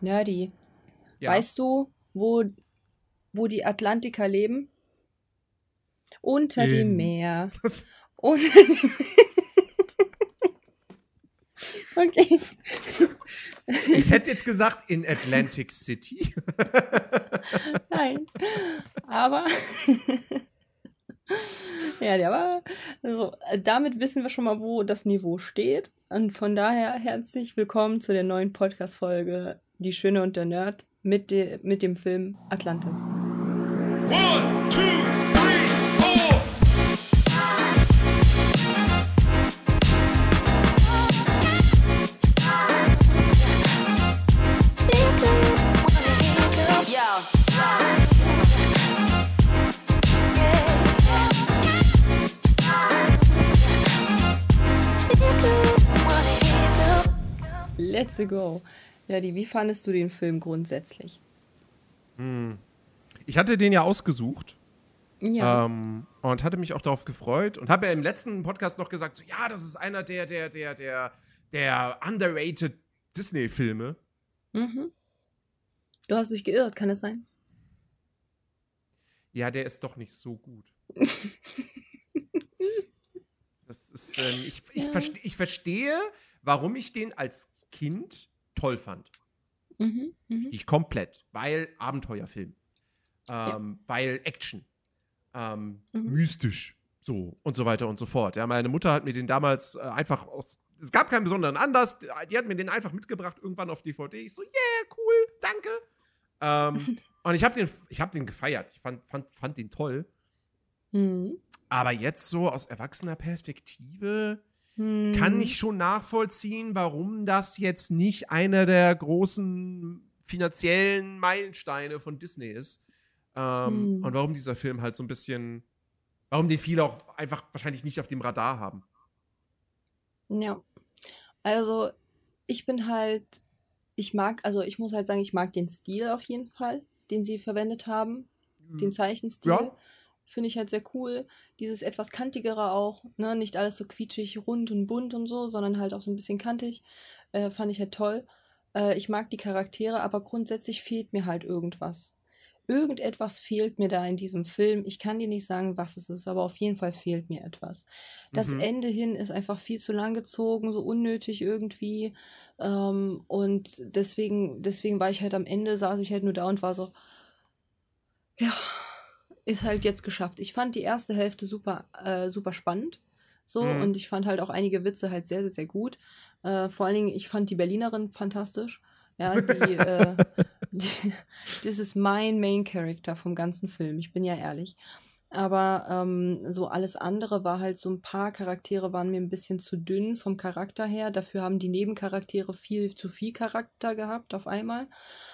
Nerdy. Ja. Weißt du, wo die Atlantiker leben? Unter dem In. Meer. Unter dem Okay. Ich hätte jetzt gesagt, in Atlantic City. Nein. Aber ja, der war. Also, damit wissen wir schon mal, wo das Niveau steht. Und von daher herzlich willkommen zu der neuen Podcast-Folge Die Schöne und der Nerd mit dem Film Atlantis. 1, 2, 3, 4. Let's go. Nerdy, wie fandest du den Film grundsätzlich? Ich hatte den ja ausgesucht. Ja. Und hatte mich auch darauf gefreut. Und habe ja im letzten Podcast noch gesagt, so, ja, das ist einer der underrated Disney-Filme. Mhm. Du hast dich geirrt, kann es sein? Ja, der ist doch nicht so gut. Das ist, ich verstehe, warum ich den als Kind toll fand. Ich komplett. Weil Abenteuerfilm. Weil Action. Mystisch. So und so weiter und so fort. Ja, meine Mutter hat mir den damals einfach es gab keinen besonderen Anlass, die hat mir den einfach mitgebracht, irgendwann auf DVD. Ich so, yeah, cool, danke. Und ich hab den gefeiert. Ich fand den toll. Aber jetzt so aus erwachsener Perspektive kann ich schon nachvollziehen, warum das jetzt nicht einer der großen finanziellen Meilensteine von Disney ist. Und warum dieser Film halt so ein bisschen, warum den viele auch einfach wahrscheinlich nicht auf dem Radar haben. Ja. Also, ich bin halt, ich muss halt sagen, ich mag den Stil auf jeden Fall, den sie verwendet haben. Den Zeichenstil. Ja. Finde ich halt sehr cool. Dieses etwas kantigere auch, ne? Nicht alles so quietschig, rund und bunt und so, sondern halt auch so ein bisschen kantig. Fand ich halt toll. Ich mag die Charaktere, aber grundsätzlich fehlt mir halt irgendwas. Irgendetwas fehlt mir da in diesem Film. Ich kann dir nicht sagen, was es ist, aber auf jeden Fall fehlt mir etwas. Das Ende hin ist einfach viel zu lang gezogen, so unnötig irgendwie. Und deswegen war ich halt am Ende, saß ich halt nur da und war so, ja, ist halt jetzt geschafft. Ich fand die erste Hälfte super spannend. So, und ich fand halt auch einige Witze halt sehr, sehr, sehr gut. Vor allen Dingen, ich fand die Berlinerin fantastisch. Ja, das ist mein Main Character vom ganzen Film, ich bin ja ehrlich. Aber so alles andere war halt so ein paar Charaktere waren mir ein bisschen zu dünn vom Charakter her. Dafür haben die Nebencharaktere viel zu viel Charakter gehabt auf einmal.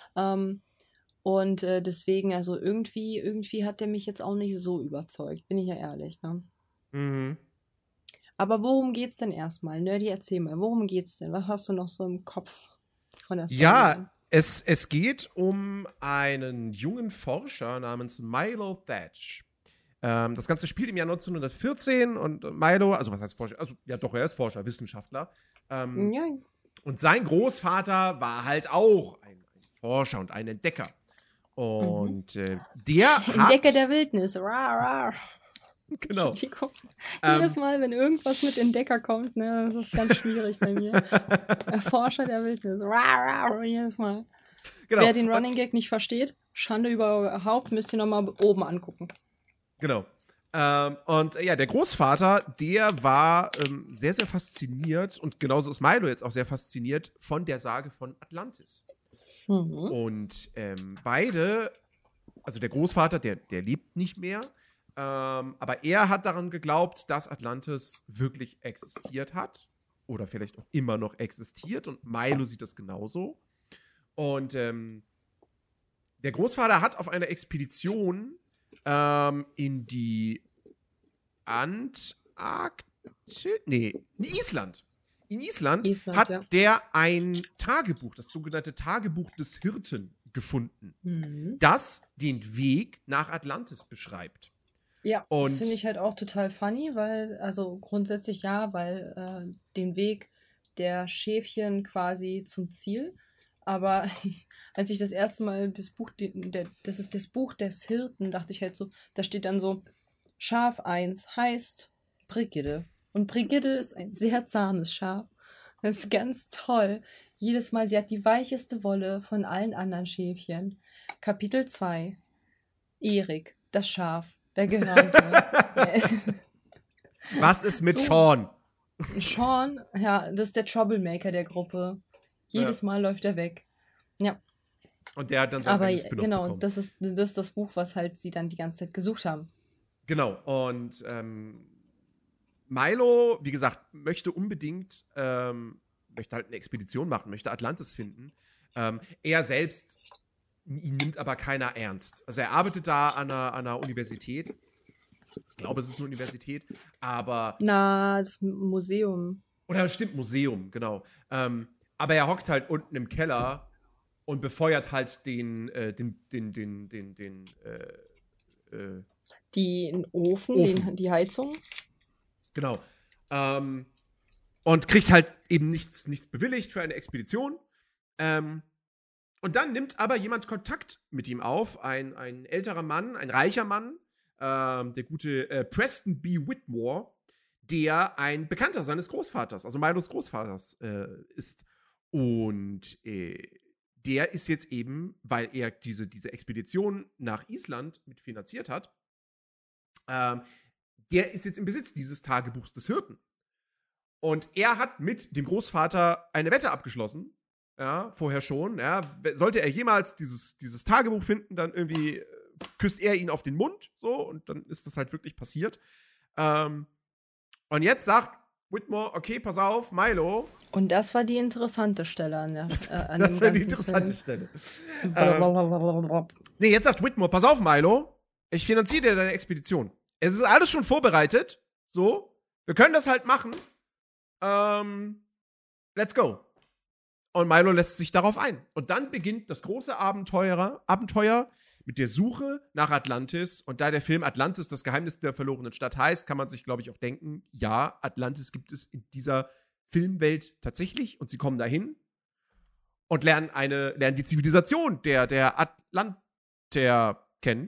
Und deswegen, also irgendwie hat der mich jetzt auch nicht so überzeugt, bin ich ja ehrlich, ne? Aber worum geht's denn erstmal? Nerdy, erzähl mal, worum geht's denn? Was hast du noch so im Kopf von der Story? Ja, es geht um einen jungen Forscher namens Milo Thatch. Das Ganze spielt im Jahr 1914 und Milo, also was heißt Forscher? Also ja doch, er ist Forscher, Wissenschaftler. Ja. Und sein Großvater war halt auch ein Forscher und ein Entdecker. Und der hat... Entdecker der Wildnis. Rar, rar. Genau. Entschuldigung. Jedes Mal, wenn irgendwas mit Entdecker kommt, ne, das ist ganz schwierig bei mir. Erforscher der Wildnis. Rar, rar, jedes Mal. Genau. Wer den Running Gag nicht versteht, Schande überhaupt, müsst ihr nochmal oben angucken. Genau. Und ja, der Großvater, der war sehr, sehr fasziniert und genauso ist Milo jetzt auch sehr fasziniert von der Sage von Atlantis. Und beide, also der Großvater, der lebt nicht mehr, aber er hat daran geglaubt, dass Atlantis wirklich existiert hat oder vielleicht auch immer noch existiert und Milo sieht das genauso. Und der Großvater hat auf einer Expedition in die in Island. In Island hat der ein Tagebuch, das sogenannte Tagebuch des Hirten, gefunden, das den Weg nach Atlantis beschreibt. Ja, finde ich halt auch total funny, weil, also grundsätzlich ja, weil den Weg der Schäfchen quasi zum Ziel, aber als ich das erste Mal das Buch, das ist das Buch des Hirten, dachte ich halt so, da steht dann so, Schaf 1 heißt Brigitte. Und Brigitte ist ein sehr zahmes Schaf. Das ist ganz toll. Jedes Mal, sie hat die weicheste Wolle von allen anderen Schäfchen. Kapitel 2. Erik, das Schaf, der Gehörnte. Was ist mit So. Sean? Sean, ja, das ist der Troublemaker der Gruppe. Jedes Mal läuft er weg. Ja, Und der hat dann sein aber eigenes Spin-off genau, bekommen. das ist das Buch, was halt sie dann die ganze Zeit gesucht haben. Genau, und Milo, wie gesagt, möchte unbedingt, möchte halt eine Expedition machen, möchte Atlantis finden. Er selbst, ihn nimmt aber keiner ernst. Also er arbeitet da an einer Universität. Ich glaube, es ist eine Universität, aber Na, das Museum. oder stimmt, Museum, genau. Aber er hockt halt unten im Keller und befeuert halt den Den Ofen, Ofen. die Heizung. genau. Und kriegt halt eben nichts bewilligt für eine Expedition. Und dann nimmt aber jemand Kontakt mit ihm auf, ein älterer Mann, ein reicher Mann, der gute Preston B. Whitmore, der ein Bekannter seines Großvaters, also Milos Großvaters, ist. Und der ist jetzt eben, weil er diese Expedition nach Island mitfinanziert hat, der ist jetzt im Besitz dieses Tagebuchs des Hirten. Und er hat mit dem Großvater eine Wette abgeschlossen, ja, vorher schon, ja, sollte er jemals dieses Tagebuch finden, dann irgendwie küsst er ihn auf den Mund, so, und dann ist das halt wirklich passiert. Und jetzt sagt Whitmore, okay, pass auf, Milo. Und das war die interessante Stelle an der an Das dem wäre die ganzen interessante Film. Stelle. Blablabla. Nee, jetzt sagt Whitmore, pass auf, Milo, ich finanziere dir deine Expedition. Es ist alles schon vorbereitet, so, wir können das halt machen. Let's go. Und Milo lässt sich darauf ein. Und dann beginnt das große Abenteuer mit der Suche nach Atlantis. Und da der Film Atlantis, das Geheimnis der verlorenen Stadt heißt, kann man sich, glaube ich, auch denken, ja, Atlantis gibt es in dieser Filmwelt tatsächlich. Und sie kommen dahin und lernen die Zivilisation der Atlanter kennen.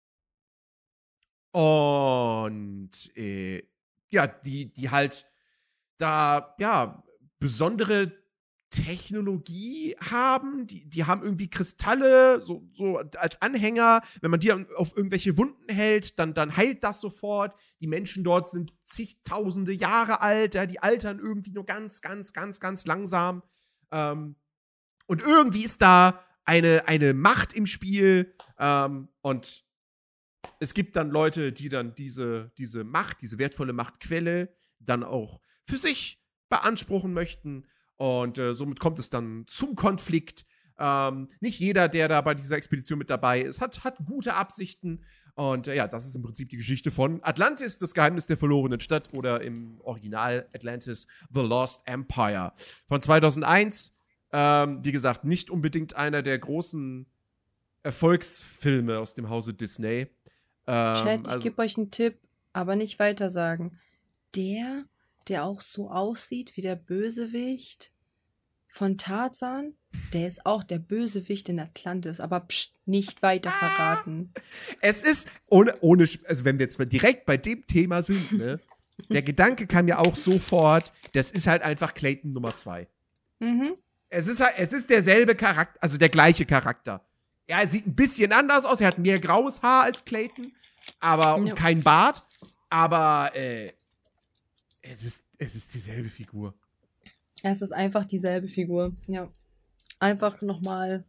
Und ja, die halt da, ja, besondere Technologie haben. Die haben irgendwie Kristalle, so als Anhänger. Wenn man die auf irgendwelche Wunden hält, dann heilt das sofort. Die Menschen dort sind zigtausende Jahre alt, ja, die altern irgendwie nur ganz, ganz, ganz, ganz langsam. Und irgendwie ist da eine Macht im Spiel. Und es gibt dann Leute, die dann diese Macht, diese wertvolle Machtquelle dann auch für sich beanspruchen möchten. Und somit kommt es dann zum Konflikt. Nicht jeder, der da bei dieser Expedition mit dabei ist, hat gute Absichten. Und ja, das ist im Prinzip die Geschichte von Atlantis, das Geheimnis der verlorenen Stadt, oder im Original Atlantis, The Lost Empire. Von 2001. Wie gesagt, nicht unbedingt einer der großen Erfolgsfilme aus dem Hause Disney. Chat, ich gebe euch einen Tipp, aber nicht weiter sagen. Der auch so aussieht wie der Bösewicht von Tarzan, der ist auch der Bösewicht in Atlantis, aber pst, nicht weiter verraten. Es ist, also wenn wir jetzt mal direkt bei dem Thema sind, ne, der Gedanke kam ja auch sofort, das ist halt einfach Clayton Nummer 2. Mhm. Es ist derselbe Charakter, also der gleiche Charakter. Ja, er sieht ein bisschen anders aus, er hat mehr graues Haar als Clayton, und kein Bart, aber es ist dieselbe Figur. Es ist einfach dieselbe Figur, ja. Einfach nochmal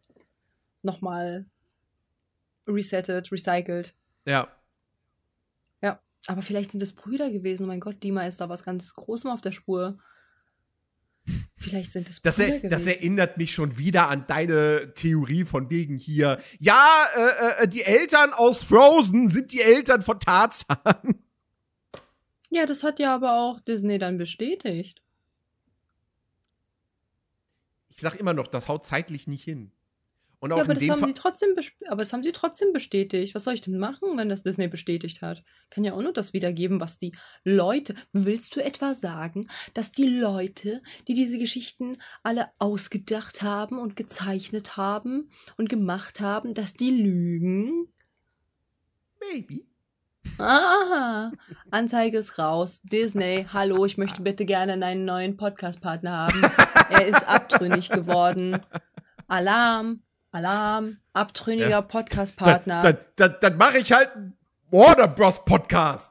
resettet, recycelt. Ja. Ja, aber vielleicht sind es Brüder gewesen. Oh mein Gott, Dima ist da was ganz Großem auf der Spur. Vielleicht sind es Brüder gewesen. Das erinnert mich schon wieder an deine Theorie von wegen hier. Ja, die Eltern aus Frozen sind die Eltern von Tarzan. Ja, das hat ja aber auch Disney dann bestätigt. Ich sag immer noch, das haut zeitlich nicht hin. Und Ja, auch aber in das dem haben Fall. sie trotzdem aber das haben sie trotzdem bestätigt. Was soll ich denn machen, wenn das Disney bestätigt hat? Kann ja auch nur das wiedergeben, was die Leute. Willst du etwa sagen, dass die Leute, die diese Geschichten alle ausgedacht haben und gezeichnet haben und gemacht haben, dass die lügen? Maybe. Aha, Anzeige ist raus. Disney, hallo, ich möchte bitte gerne einen neuen Podcast-Partner haben. Er ist abtrünnig geworden. Alarm, Alarm, abtrünniger Ja. Podcast-Partner. Dann mache ich halt einen Warner Bros. Podcast.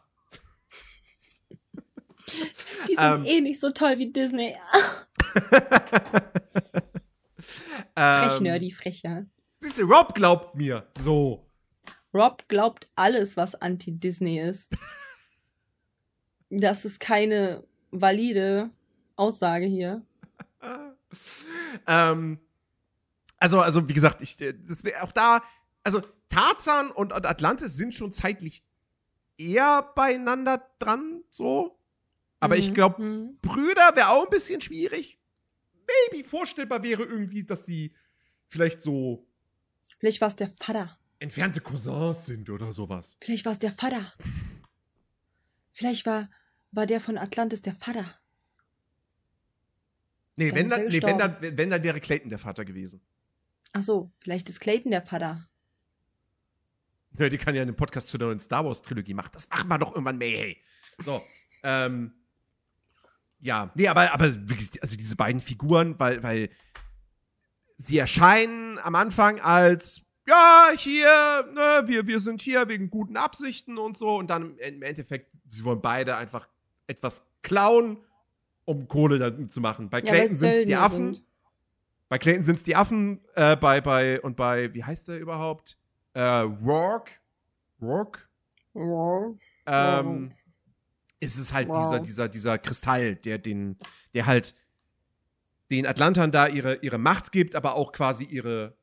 Die sind eh nicht so toll wie Disney. Frech, Nerdy, frecher. Siehst du, Rob glaubt mir. So. Rob glaubt alles, was anti-Disney ist. Das ist keine valide Aussage hier. Also wie gesagt, das wäre auch da, also Tarzan und Atlantis sind schon zeitlich eher beieinander dran, so. Aber ich glaube, Brüder wäre auch ein bisschen schwierig. Maybe vorstellbar wäre irgendwie, dass sie vielleicht so Vielleicht war es der Vater. entfernte Cousins sind oder sowas. Vielleicht war es der Vater. Vielleicht war der von Atlantis der Vater. Nee, Dann ist er gestorben. wenn dann wäre Clayton der Vater gewesen. Ach so, vielleicht ist Clayton der Vater. Ja, die kann ja einen Podcast zu der neuen Star Wars Trilogie machen. Das machen wir doch irgendwann mehr, hey. So, ja, nee, aber wirklich, also diese beiden Figuren, weil sie erscheinen am Anfang als ja, hier, ne, wir sind hier wegen guten Absichten und so und dann im Endeffekt, sie wollen beide einfach etwas klauen, um Kohle damit zu machen. Bei Clayton sind es die Affen. Bei Clayton sind es die Affen, bei, wie heißt der überhaupt? Rourke. Ist es halt dieser Kristall, der halt den Atlantern da ihre Macht gibt, aber auch quasi ihre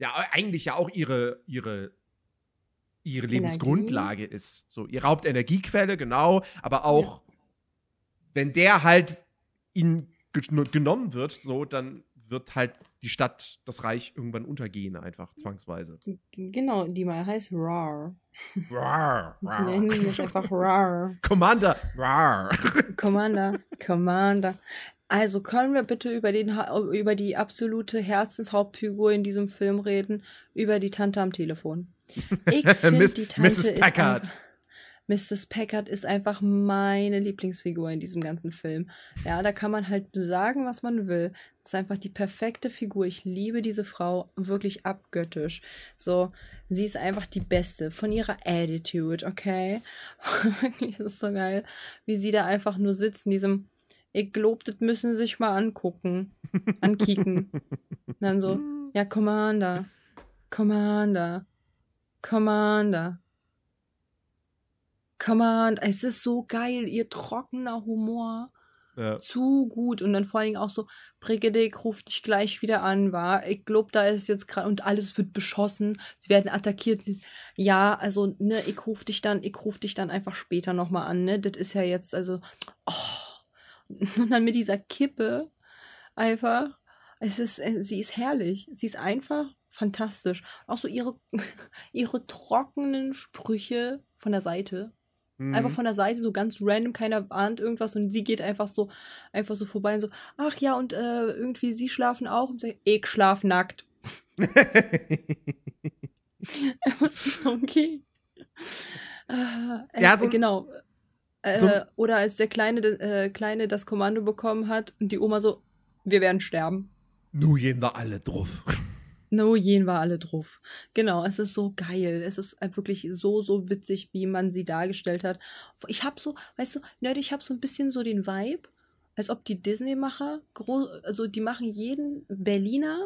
Lebensgrundlage ist. So, ihre Hauptenergiequelle, genau, aber auch, wenn der halt ihnen genommen wird, so, dann wird halt die Stadt, das Reich irgendwann untergehen, einfach zwangsweise. Genau, die mal heißt Rar. Rar, Wir nennen ihn jetzt einfach Rar. Commander, rar. Commander. Also können wir bitte über die absolute Herzenshauptfigur in diesem Film reden, über die Tante am Telefon. Ich finde, die Tante Mrs. Packard. Mrs. Packard ist einfach meine Lieblingsfigur in diesem ganzen Film. Ja, da kann man halt sagen, was man will. Das ist einfach die perfekte Figur. Ich liebe diese Frau wirklich abgöttisch. So, sie ist einfach die Beste von ihrer Attitude, okay? Wirklich, das ist so geil, wie sie da einfach nur sitzt in diesem ich glaub, das müssen sie sich mal ankicken. Und dann so, ja, Commander. Es ist so geil, ihr trockener Humor. Ja. Zu gut. Und dann vor allen Dingen auch so, Brigidick ruft dich gleich wieder an, war. Ich glaub, da ist jetzt gerade, und alles wird beschossen. Sie werden attackiert. Ja, also, ne, ich ruf dich dann einfach später nochmal an, ne. Das ist ja jetzt, also, Und dann mit dieser Kippe einfach, sie ist herrlich. Sie ist einfach fantastisch. Auch so ihre trockenen Sprüche von der Seite. Einfach von der Seite, so ganz random, keiner ahnt irgendwas und sie geht einfach so vorbei und so, ach ja, und irgendwie sie schlafen auch und sagt, ich schlaf nackt. Okay. Ja, so genau. Oder als der Kleine das Kommando bekommen hat und die Oma so, wir werden sterben. Nu gehen wir alle drauf. No, jen war alle drauf. Genau, es ist so geil. Es ist wirklich so witzig, wie man sie dargestellt hat. Ich hab so, weißt du, Nerd, ich hab so ein bisschen so den Vibe, als ob die Disney-Macher, also die machen jeden Berliner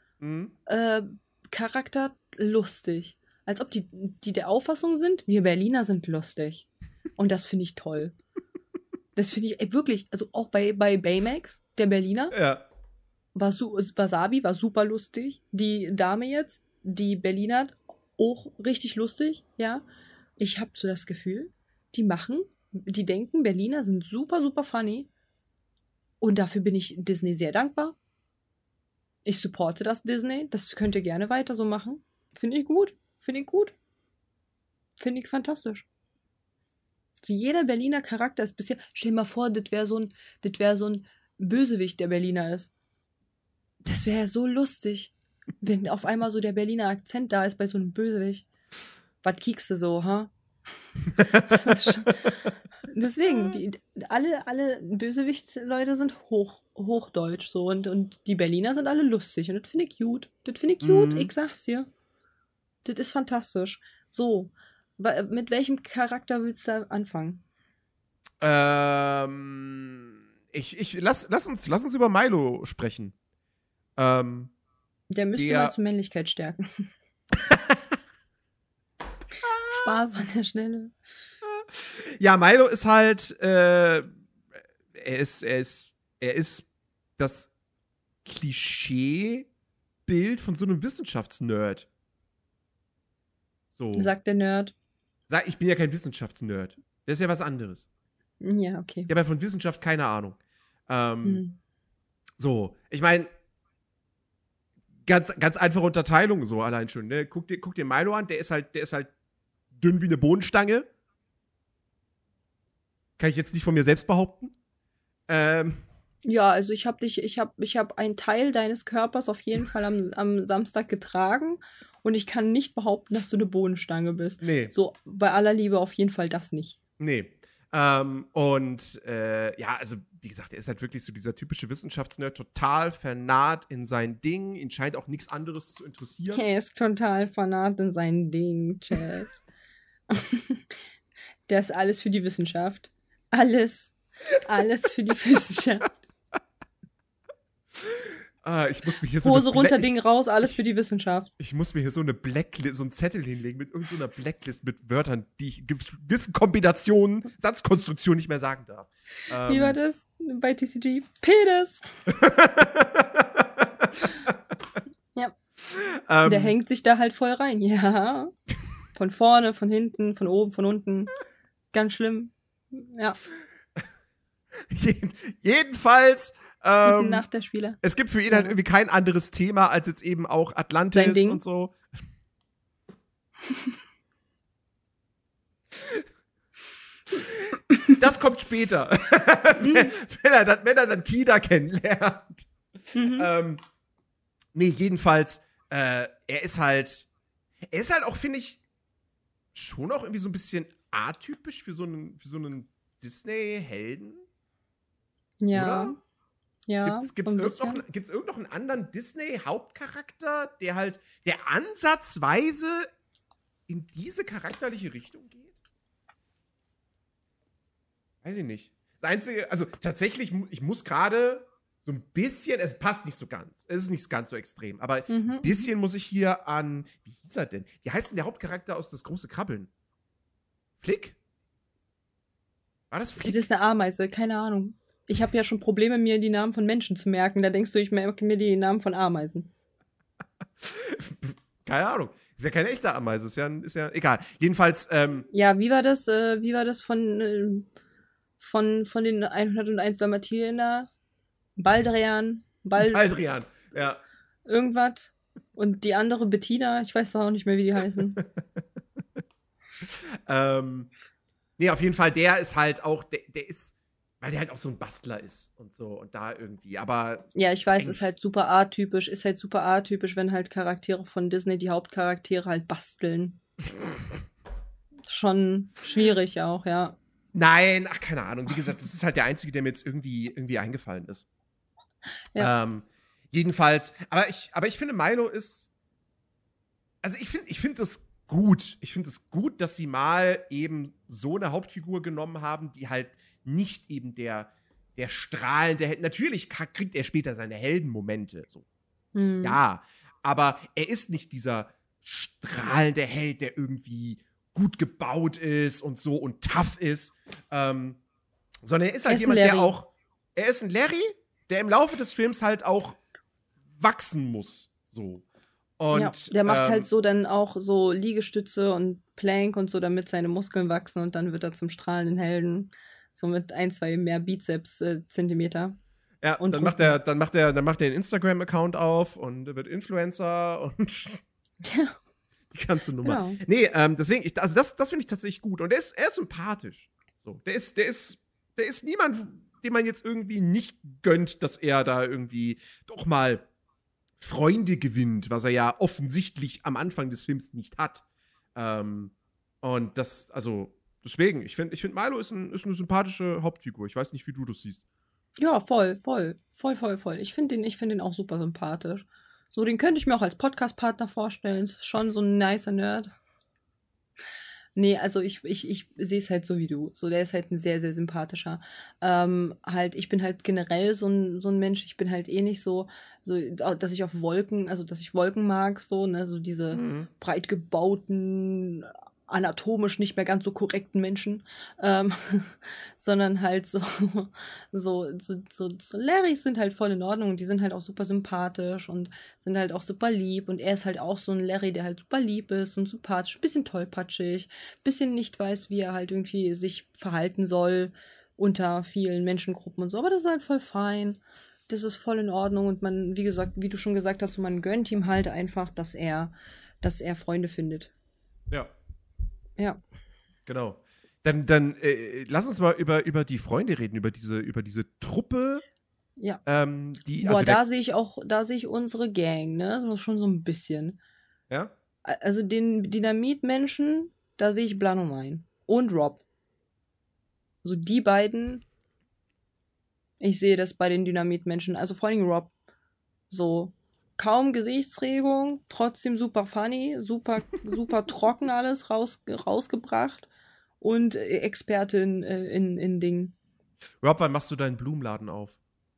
Charakter lustig. Als ob die der Auffassung sind, wir Berliner sind lustig. Und das finde ich toll. Das finde ich wirklich, also auch bei Baymax, der Berliner, Ja. Wasabi war super lustig. Die Dame jetzt, die Berliner, auch richtig lustig, ja. Ich habe so das Gefühl, die denken, Berliner sind super, super funny. Und dafür bin ich Disney sehr dankbar. Ich supporte das Disney. Das könnt ihr gerne weiter so machen. Finde ich gut. Finde ich gut. Finde ich fantastisch. So jeder Berliner Charakter ist bisher. Stell dir mal vor, das wäre so ein Bösewicht, der Berliner ist. Das wäre ja so lustig, wenn auf einmal so der Berliner Akzent da ist bei so einem Bösewicht. Was kiekst du so, ha? Deswegen, alle Bösewicht-Leute sind hochdeutsch so und die Berliner sind alle lustig und das finde ich gut. Das finde ich gut, ich sag's dir. Das ist fantastisch. So, mit welchem Charakter willst du anfangen? Lass uns über Milo sprechen. Der müsste mal zur Männlichkeit stärken. Spaß an der Stelle. Ja, Milo ist halt, er ist das Klischeebild von so einem Wissenschaftsnerd. So. Sagt der Nerd. Ich bin ja kein Wissenschaftsnerd. Das ist ja was anderes. Ja, okay. Ich habe ja von Wissenschaft keine Ahnung. So, ich meine, ganz einfache Unterteilung so allein schon, ne? Guck dir Milo an, der ist halt dünn wie eine Bohnenstange. Kann ich jetzt nicht von mir selbst behaupten. Ja, also ich hab einen Teil deines Körpers auf jeden Fall am Samstag getragen und ich kann nicht behaupten, dass du eine Bohnenstange bist. Nee. So, bei aller Liebe auf jeden Fall das nicht. Nee. Ja, also wie gesagt, er ist halt wirklich so dieser typische Wissenschaftsnerd, total vernarrt in sein Ding. Ihn scheint auch nichts anderes zu interessieren. Er ist total vernarrt in sein Ding, Chat. Der ist alles für die Wissenschaft. Alles für die Wissenschaft. Ich muss mir hier so Hose runter, Ding raus, alles für die Wissenschaft. Ich muss mir hier so eine Blacklist, so einen Zettel hinlegen mit irgendeiner Blacklist mit Wörtern, die ich gewissen Kombinationen, Satzkonstruktionen nicht mehr sagen darf. Wie war das bei TCG? Penis! Ja. Der hängt sich da halt voll rein. Ja. Von vorne, von hinten, von oben, von unten. Ganz schlimm. Ja. Jedenfalls nach der Spieler. Es gibt für ihn halt irgendwie kein anderes Thema als jetzt eben auch Atlantis und so. Das kommt später. wenn er dann Kida kennenlernt. Nee, jedenfalls, er ist halt auch, finde ich, schon auch irgendwie so ein bisschen atypisch für so einen Disney-Helden. Ja. Oder? Ja. Gibt's irgend noch einen anderen Disney-Hauptcharakter, der ansatzweise in diese charakterliche Richtung geht? Weiß ich nicht. Das Einzige, also tatsächlich, ich muss gerade so ein bisschen, es passt nicht so ganz, es ist nicht ganz so extrem, aber ein bisschen muss ich hier an, wie hieß er denn? Wie heißt denn der Hauptcharakter aus Das große Krabbeln? Flick? War das Flick? Das ist eine Ameise, keine Ahnung. Ich habe ja schon Probleme, mir die Namen von Menschen zu merken. Da denkst du, ich merke mir die Namen von Ameisen. Keine Ahnung. Ist ja keine echte Ameise. Ist ja egal. Jedenfalls, ja, wie war das von den 101 Dalmatiner? Baldrian, ja. Irgendwas. Und die andere Bettina, ich weiß doch auch nicht mehr, wie die heißen. Nee, auf jeden Fall, der ist halt auch, der ist, weil der halt auch so ein Bastler ist und so und da irgendwie, aber ja, ich weiß, ist halt super atypisch, wenn halt Charaktere von Disney, die Hauptcharaktere halt basteln. Schon schwierig auch, ja. Nein, keine Ahnung, wie gesagt, das ist halt der einzige, der mir jetzt irgendwie eingefallen ist. Ja. Jedenfalls, aber ich finde, Milo ist, also ich finde das gut. Ich finde es gut, dass sie mal eben so eine Hauptfigur genommen haben, die halt nicht eben der strahlende Held. Natürlich kriegt er später seine Heldenmomente. So. Ja, aber er ist nicht dieser strahlende Held, der irgendwie gut gebaut ist und so und tough ist. Sondern er ist halt jemand, der auch. Er ist ein Larry, der im Laufe des Films halt auch wachsen muss. So. Und, ja, der macht halt so dann auch so Liegestütze und Plank und so, damit seine Muskeln wachsen und dann wird er zum strahlenden Helden. So mit 1, 2 mehr Bizeps-Zentimeter. Ja, Und dann macht er einen Instagram-Account auf und wird Influencer und die ganze Nummer. Genau. Nee, deswegen, das finde ich tatsächlich gut. Und er ist sympathisch. So, der ist niemand, dem man jetzt irgendwie nicht gönnt, dass er da irgendwie doch mal Freunde gewinnt, was er ja offensichtlich am Anfang des Films nicht hat. Und deswegen, ich finde Milo ist eine sympathische Hauptfigur. Ich weiß nicht, wie du das siehst. Ja, voll. Ich finde den auch super sympathisch. So, den könnte ich mir auch als Podcast-Partner vorstellen. Ist schon so ein nicer Nerd. Nee, also ich sehe es halt so wie du. So, der ist halt ein sehr, sehr sympathischer. Ich bin halt generell so ein Mensch, ich bin halt eh nicht so, dass ich dass ich Wolken mag, so, ne, so diese breit gebauten, anatomisch nicht mehr ganz so korrekten Menschen, sondern halt so Larrys sind halt voll in Ordnung und die sind halt auch super sympathisch und sind halt auch super lieb und er ist halt auch so ein Larry, der halt super lieb ist und sympathisch, bisschen tollpatschig, bisschen nicht weiß, wie er halt irgendwie sich verhalten soll unter vielen Menschengruppen und so, aber das ist halt voll fein. Das ist voll in Ordnung und man, wie gesagt, wie du schon gesagt hast, so man gönnt ihm halt einfach, dass er Freunde findet. Ja. Ja. Genau. Dann lass uns mal über die Freunde reden, über diese Truppe. Ja. Die, Boah, also da sehe ich unsere Gang, ne? So schon so ein bisschen. ja? Also den Dynamitmenschen, da sehe ich Blanomine. Und Rob. So die beiden, ich sehe das bei den Dynamitmenschen, also vor allem Rob. So, kaum Gesichtsregung, trotzdem super funny, super trocken alles rausgebracht und Expertin in Dingen. Rob, wann machst du deinen Blumenladen auf?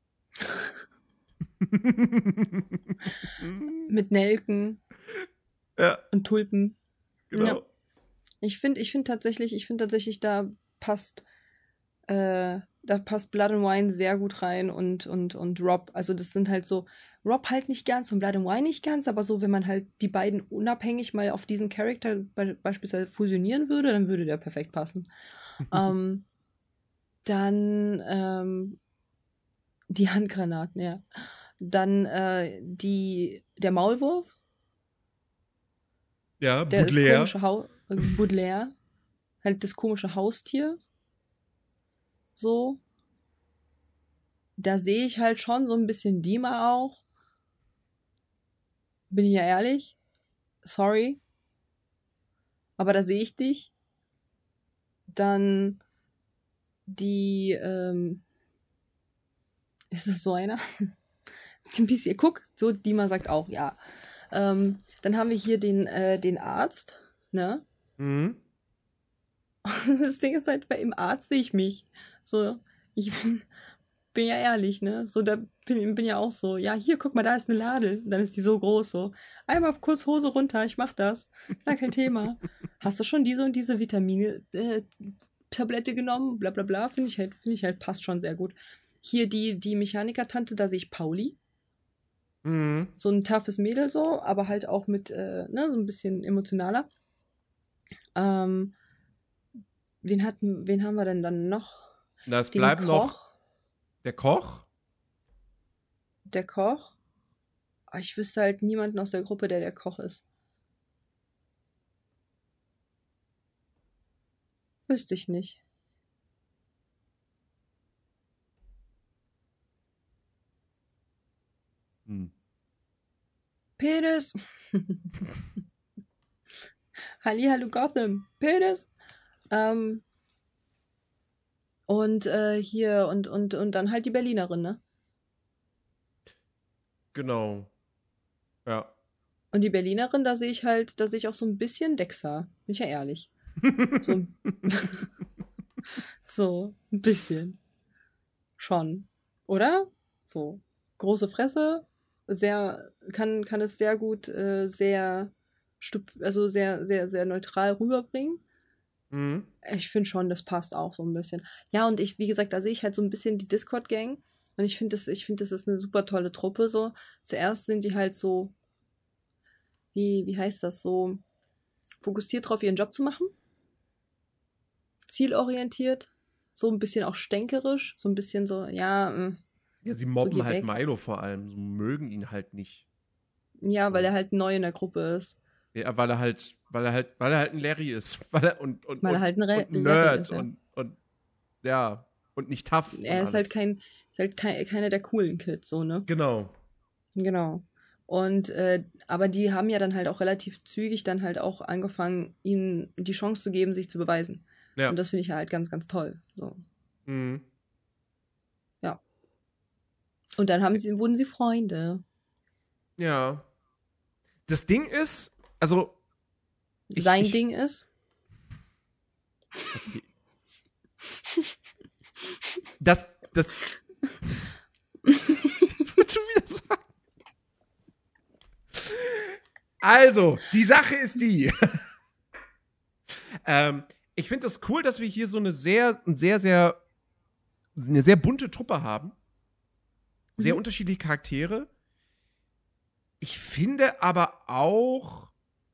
Mit Nelken Ja, und Tulpen. genau. Ja. Ich finde tatsächlich, da passt Blood and Wine sehr gut rein und Rob. Also das sind halt so, Rob halt nicht ganz und Blood and Wine nicht ganz, aber so, wenn man halt die beiden unabhängig mal auf diesen Charakter beispielsweise fusionieren würde, dann würde der perfekt passen. Dann die Handgranaten, ja. Dann der Maulwurf. Ja, Der Baudelaire. Das komische Baudelaire. Halt das komische Haustier. So. Da sehe ich halt schon so ein bisschen Dima auch. Bin ich ja ehrlich. Sorry. Aber da sehe ich dich. Dann die, ist das so einer? Ein bisschen, guck, so Dima sagt auch, ja. Dann haben wir hier den Arzt, ne? Mhm. Das Ding ist halt, im Arzt sehe ich mich. So, ich bin ja ehrlich, ne? So, da bin ja auch so, ja, hier, guck mal, da ist eine Lade. Und dann ist die so groß, so. Einmal kurz Hose runter, ich mach das. Gar kein Thema. Hast du schon diese und diese Vitamine, Tablette genommen? Bla bla bla. Finde ich halt, passt schon sehr gut. Hier die Mechaniker-Tante, da sehe ich Pauli. Mhm. So ein toughes Mädel so, aber halt auch mit, so ein bisschen emotionaler. Wen haben wir denn dann noch? Na, es Den bleiben noch Koch. der Koch. Der Koch. Aber ich wüsste halt niemanden aus der Gruppe, der Koch ist. Wüsste ich nicht. Penis! Hallihallo Gotham! Penis! Und hier und dann halt die Berlinerin, ne? Genau. Ja. Und die Berlinerin, da sehe ich auch so ein bisschen Dexter. Bin ich ja ehrlich. So, so ein bisschen. Schon. Oder? So. Große Fresse. Kann es sehr gut, sehr, sehr neutral rüberbringen. Mhm. Ich finde schon, das passt auch so ein bisschen. Ja, und wie gesagt, da sehe ich halt so ein bisschen die Discord-Gang. Und ich finde, das ist eine super tolle Truppe so. Zuerst sind die halt so, wie heißt das, so fokussiert drauf, ihren Job zu machen. Zielorientiert. So ein bisschen auch stänkerisch. So ein bisschen so, ja, Ja, sie So, mobben geh halt weg. Milo vor allem, so mögen ihn halt nicht. Ja, weil er halt neu in der Gruppe ist. Ja, weil er halt ein Larry ist. Weil er Weil er halt ein und ein Larry Nerd ist, ja. und ja, und nicht tough. Er und ist alles. halt keiner der coolen Kids, so, ne? Genau. Genau. Und, aber die haben ja dann halt auch relativ zügig dann halt auch angefangen, ihnen die Chance zu geben, sich zu beweisen. Ja. Und das finde ich halt ganz, ganz toll. So. Mhm. Ja. Und dann wurden sie Freunde. Ja. Das Ding ist, also. Sein Ding ist. Okay. Das. Ich wollte schon wieder sagen. Also, die Sache ist die. Ich finde das cool, dass wir hier so eine sehr bunte Truppe haben. Sehr unterschiedliche Charaktere. Ich finde aber auch,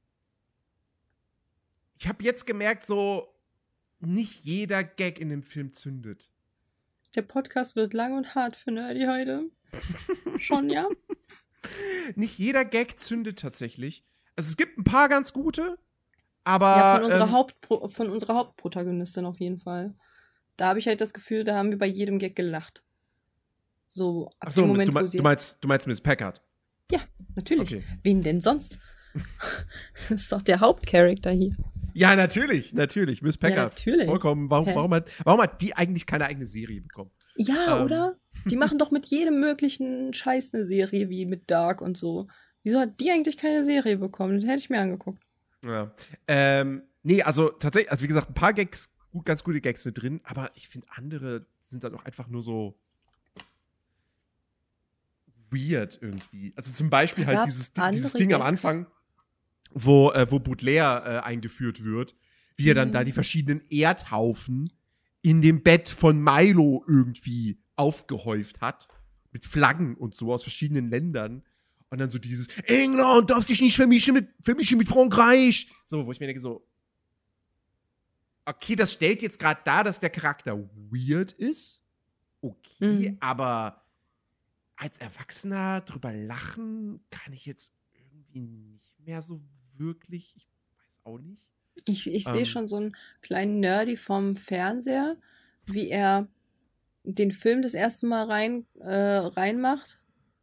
ich habe jetzt gemerkt, so, nicht jeder Gag in dem Film zündet. Der Podcast wird lang und hart für Nerdy heute. Schon, ja? Nicht jeder Gag zündet tatsächlich. Also es gibt ein paar ganz gute, aber Ja, von unserer Hauptprotagonistin auf jeden Fall. Da habe ich halt das Gefühl, da haben wir bei jedem Gag gelacht. So, ab Achso, dem Moment, wo du sie... meinst Miss Packard. Ja, natürlich. Okay. Wen denn sonst? Das ist doch der Hauptcharakter hier. Ja, natürlich. Miss Packard. Ja, natürlich. Vollkommen. Warum hat die eigentlich keine eigene Serie bekommen? Ja, oder? Die machen doch mit jedem möglichen Scheiß eine Serie, wie mit Dark und so. Wieso hat die eigentlich keine Serie bekommen? Das hätte ich mir angeguckt. Ja. Nee, also tatsächlich, also wie gesagt, ein paar Gags, ganz gute Gags sind drin, aber ich finde, andere sind dann auch einfach nur so weird irgendwie. Also zum Beispiel halt dieses Ding am Anfang, wo Baudelaire eingeführt wird, wie er dann da die verschiedenen Erdhaufen in dem Bett von Milo irgendwie aufgehäuft hat. Mit Flaggen und so aus verschiedenen Ländern. Und dann so dieses England darf sich nicht vermischen mit Frankreich. So, wo ich mir denke so, okay, das stellt jetzt gerade dar, dass der Charakter weird ist. Okay, aber als Erwachsener drüber lachen kann ich jetzt irgendwie nicht mehr so wirklich. Ich weiß auch nicht. Ich sehe schon so einen kleinen Nerdy vom Fernseher, wie er den Film das erste Mal reinmacht.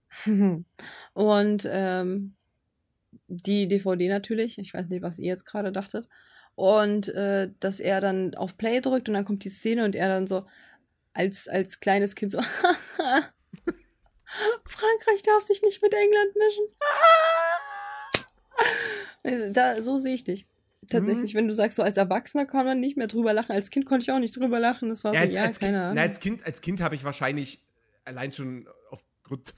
Und die DVD natürlich. Ich weiß nicht, was ihr jetzt gerade dachtet. Und dass er dann auf Play drückt und dann kommt die Szene und er dann so als kleines Kind so Frankreich darf sich nicht mit England mischen. So sehe ich dich. Tatsächlich, wenn du sagst, so als Erwachsener kann man nicht mehr drüber lachen. Als Kind konnte ich auch nicht drüber lachen. Das war so, keine Ahnung. Als Kind habe ich wahrscheinlich allein schon aufgrund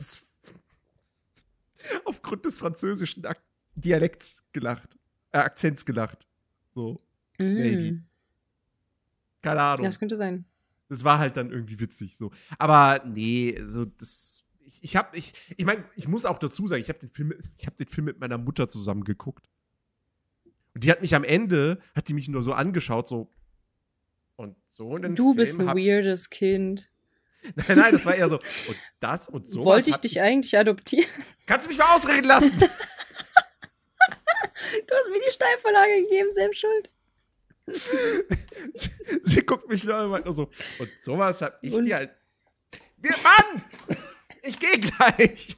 des französischen Dialekts gelacht. Akzents gelacht. So. Maybe. Keine Ahnung. Ja, das könnte sein. Das war halt dann irgendwie witzig. So. Aber nee, so das. Ich meine, ich muss auch dazu sagen, ich habe den Film mit meiner Mutter zusammen geguckt. Und die hat mich am Ende, nur so angeschaut, so. Und so einen Du Film bist ein weirdes Kind. Nein, das war eher so. Und das und so. Wollte ich dich eigentlich adoptieren? Kannst du mich mal ausreden lassen? Du hast mir die Steilvorlage gegeben, selbst schuld. Sie guckt mich nur an und meint nur so. Und sowas hab ich dir halt. Mann! Ich gehe gleich!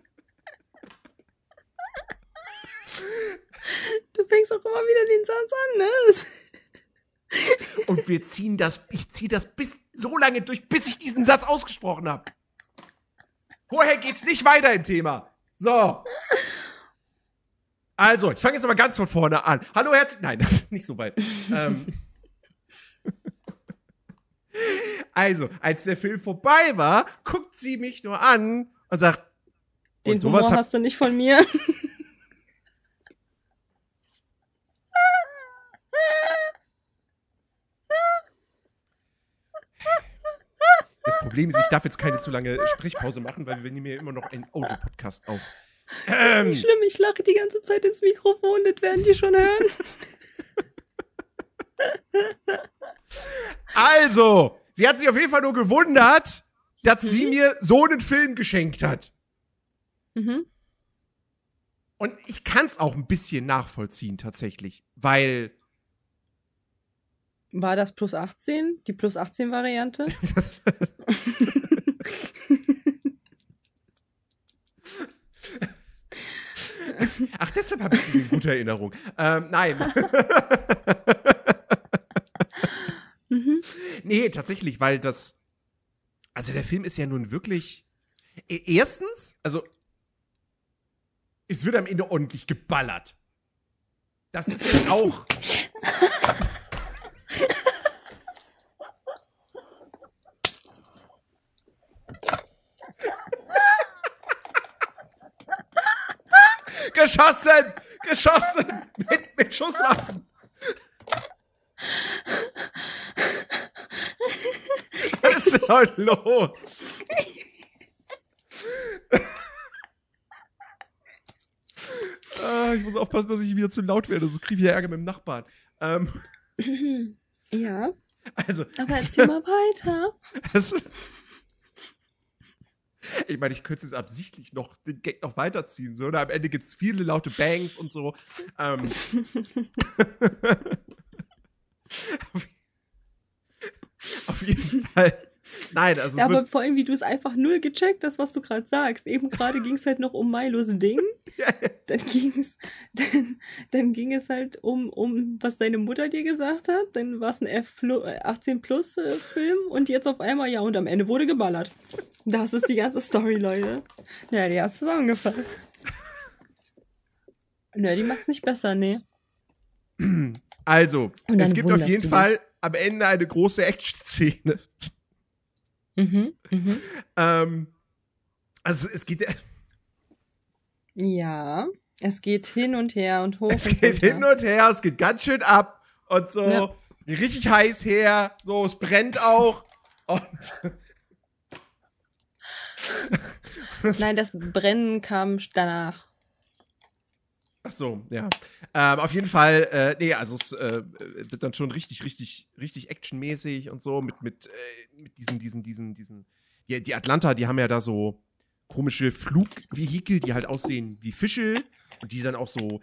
Du fängst auch immer wieder den Satz an, ne? Und ich ziehe das bis so lange durch, bis ich diesen Satz ausgesprochen habe. Vorher geht's nicht weiter im Thema. So. Also, ich fange jetzt aber ganz von vorne an. Hallo, nein, das ist nicht so weit. Also, als der Film vorbei war, guckt sie mich nur an und sagt, den Humor hast du nicht von mir. Das Problem ist, ich darf jetzt keine zu lange Sprechpause machen, weil wir nehmen hier immer noch einen Audio-Podcast auf. Nicht schlimm, ich lache die ganze Zeit ins Mikrofon, das werden die schon hören. Also, sie hat sich auf jeden Fall nur gewundert, dass sie mir so einen Film geschenkt hat. Mhm. Und ich kann es auch ein bisschen nachvollziehen, tatsächlich. Weil. War das plus 18? Die plus 18-Variante? Ach, deshalb habe ich eine gute Erinnerung. Nein. Nee, tatsächlich, weil das. Also, der Film ist ja nun wirklich. Erstens, also. Es wird am Ende ordentlich geballert. Das ist jetzt auch. Geschossen! Geschossen! Mit Schusswaffen! Was ist heute los? Ich muss aufpassen, dass ich wieder zu laut werde, sonst kriege ich ja Ärger mit dem Nachbarn. Ja. Also, Aber erzähl mal weiter. Ich meine, ich könnte es absichtlich noch den Gag noch weiterziehen. So, und am Ende gibt es viele laute Bangs und so. Auf jeden Fall. Nein, also. Ja, aber vor allem, wie du es einfach null gecheckt hast, was du gerade sagst. Eben gerade ging es halt noch um Milos Ding. Dann ging es halt um was deine Mutter dir gesagt hat. Dann war es ein 18-Plus-Film und jetzt auf einmal, ja, und am Ende wurde geballert. Das ist die ganze Story, Leute. Ja, die hast du zusammengefasst. Nö, die macht's nicht besser, nee. Also, es gibt auf jeden dich. Fall am Ende eine große Action-Szene. Also, es geht. Ja, es geht hin und her und hoch Es und geht runter. hin und her, es geht ganz schön ab und so. Ja. Richtig heiß her, so, es brennt auch. Und Nein, das Brennen kam danach. ach so, ja. Auf jeden Fall, nee, also es wird dann schon richtig actionmäßig und so mit diesen. Die Atlanta, die haben ja da so komische Flugvehikel, die halt aussehen wie Fische und die dann auch so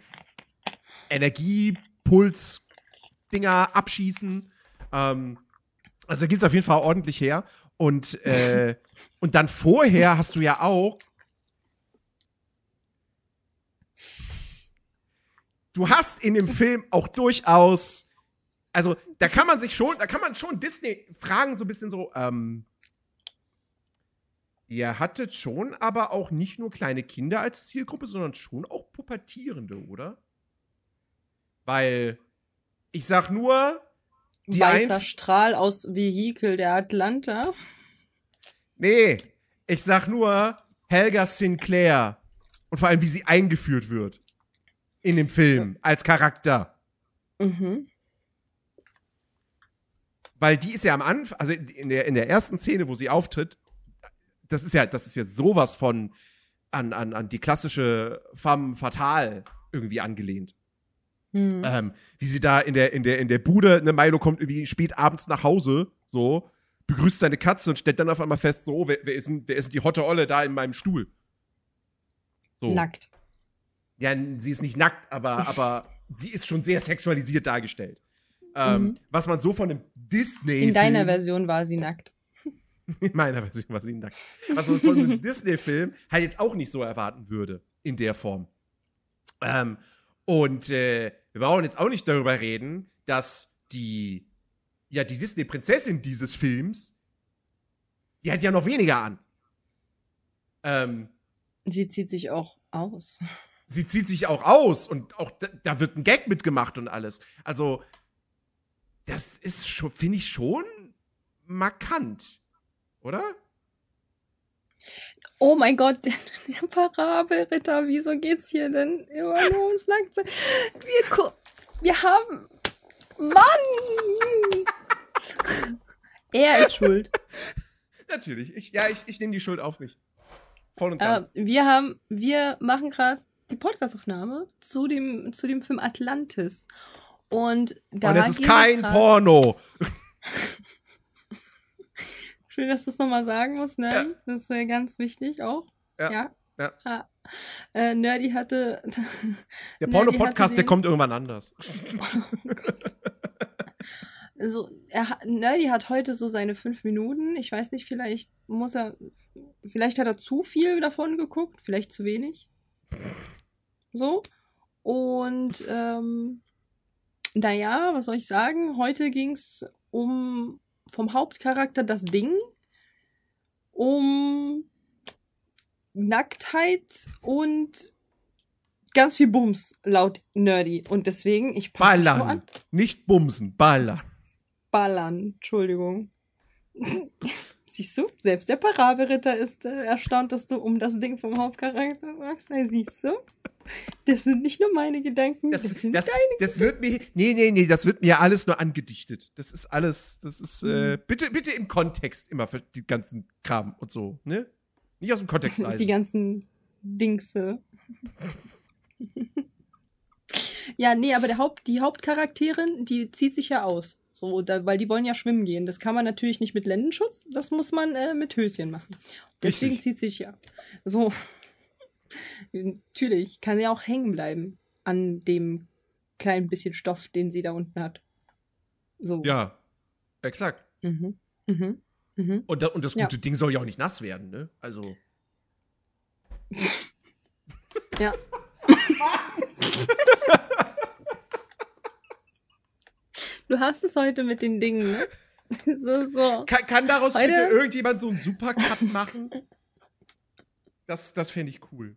Energiepuls-Dinger abschießen. Also geht's auf jeden Fall ordentlich her. Und dann vorher hast du ja auch. Du hast in dem Film auch durchaus, also da kann man schon Disney fragen, so ein bisschen so, ihr hattet schon aber auch nicht nur kleine Kinder als Zielgruppe, sondern schon auch Pubertierende, oder? Weil, ich sag nur, Weißer Strahl aus Vehikel der Atlanta. Nee, ich sag nur Helga Sinclair. Und vor allem, wie sie eingeführt wird. In dem Film, als Charakter. Mhm. Weil die ist ja am Anfang, also in der ersten Szene, wo sie auftritt, das ist ja sowas von an die klassische Femme fatale irgendwie angelehnt. Mhm. Wie sie da in der Bude, ne, Milo kommt irgendwie spät abends nach Hause, so, begrüßt seine Katze und stellt dann auf einmal fest, so, wer ist denn die hotte Olle da in meinem Stuhl? So. Nackt. Ja, sie ist nicht nackt, aber sie ist schon sehr sexualisiert dargestellt. Was man so von einem Disney-Film. In deiner Version war sie nackt. In meiner Version war sie nackt. Was man von einem Disney-Film halt jetzt auch nicht so erwarten würde. In der Form. Wir brauchen jetzt auch nicht darüber reden, dass die Disney-Prinzessin dieses Films, die hat ja noch weniger an. Sie zieht sich auch aus. Sie zieht sich auch aus und auch da wird ein Gag mitgemacht und alles. Also, das ist schon, finde ich, schon markant. Oder? Oh mein Gott, der Parabelritter, wieso geht's hier denn immer nur ums Nacktsein? Wir haben... Mann! Er ist schuld. Natürlich. Ich nehme die Schuld auf mich. Voll und ganz. Wir machen gerade die Podcastaufnahme zu dem Film Atlantis. Und es ist kein Porno. Schön, dass du es nochmal sagen musst, Nerdy. Ja. Das ist ganz wichtig auch. Ja. Ja. Ah. Nerdy hatte. Der Nerdy Porno-Podcast, hatte der den- kommt irgendwann anders. Oh Gott. Also, Nerdy hat heute so seine 5 Minuten. Ich weiß nicht, vielleicht hat er zu viel davon geguckt, vielleicht zu wenig. So. Und, naja, was soll ich sagen? Heute ging es vom Hauptcharakter das Ding, um Nacktheit und ganz viel Bums, laut Nerdy. Und deswegen, ich passe mich nur an. Ballern. Nicht bumsen, ballern. Ballern, Entschuldigung. Siehst du, selbst der Parabelritter ist erstaunt, dass du um das Ding vom Hauptcharakter sagst. Siehst du? Das sind nicht nur meine Gedanken, das sind deine. Das wird mir. Nee, das wird mir alles nur angedichtet. Das ist alles. Das ist. Bitte im Kontext immer für die ganzen Kram und so, ne? Nicht aus dem Kontext Die reißen. ganzen Dingse. Ja, nee, aber die Hauptcharakterin, die zieht sich ja aus. So, weil die wollen ja schwimmen gehen. Das kann man natürlich nicht mit Lendenschutz, das muss man mit Höschen machen. Deswegen Richtig. zieht sich ja. So. Natürlich kann sie auch hängen bleiben an dem kleinen bisschen Stoff, den sie da unten hat. So. Ja, exakt. Mhm. Mhm. Mhm. Und das Ja. gute Ding soll ja auch nicht nass werden, ne? Also. Ja. Du hast es heute mit den Dingen, ne? So. Kann daraus Heute- bitte irgendjemand so einen Supercut machen? Das fände ich cool.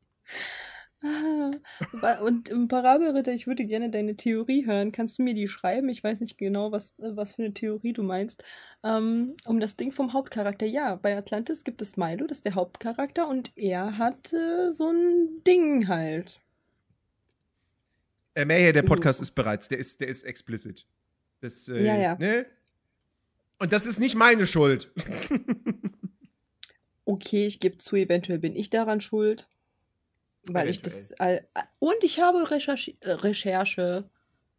Und im Parabelritter, ich würde gerne deine Theorie hören. Kannst du mir die schreiben? Ich weiß nicht genau, was für eine Theorie du meinst. Um das Ding vom Hauptcharakter. Ja, bei Atlantis gibt es Milo, das ist der Hauptcharakter, und er hat so ein Ding halt. Mayhem, der Podcast ist bereits, der ist explicit. Das, Ja. Ne? Und das ist nicht meine Schuld. Okay, ich gebe zu, eventuell bin ich daran schuld. Weil ich das. Und ich habe Recherche.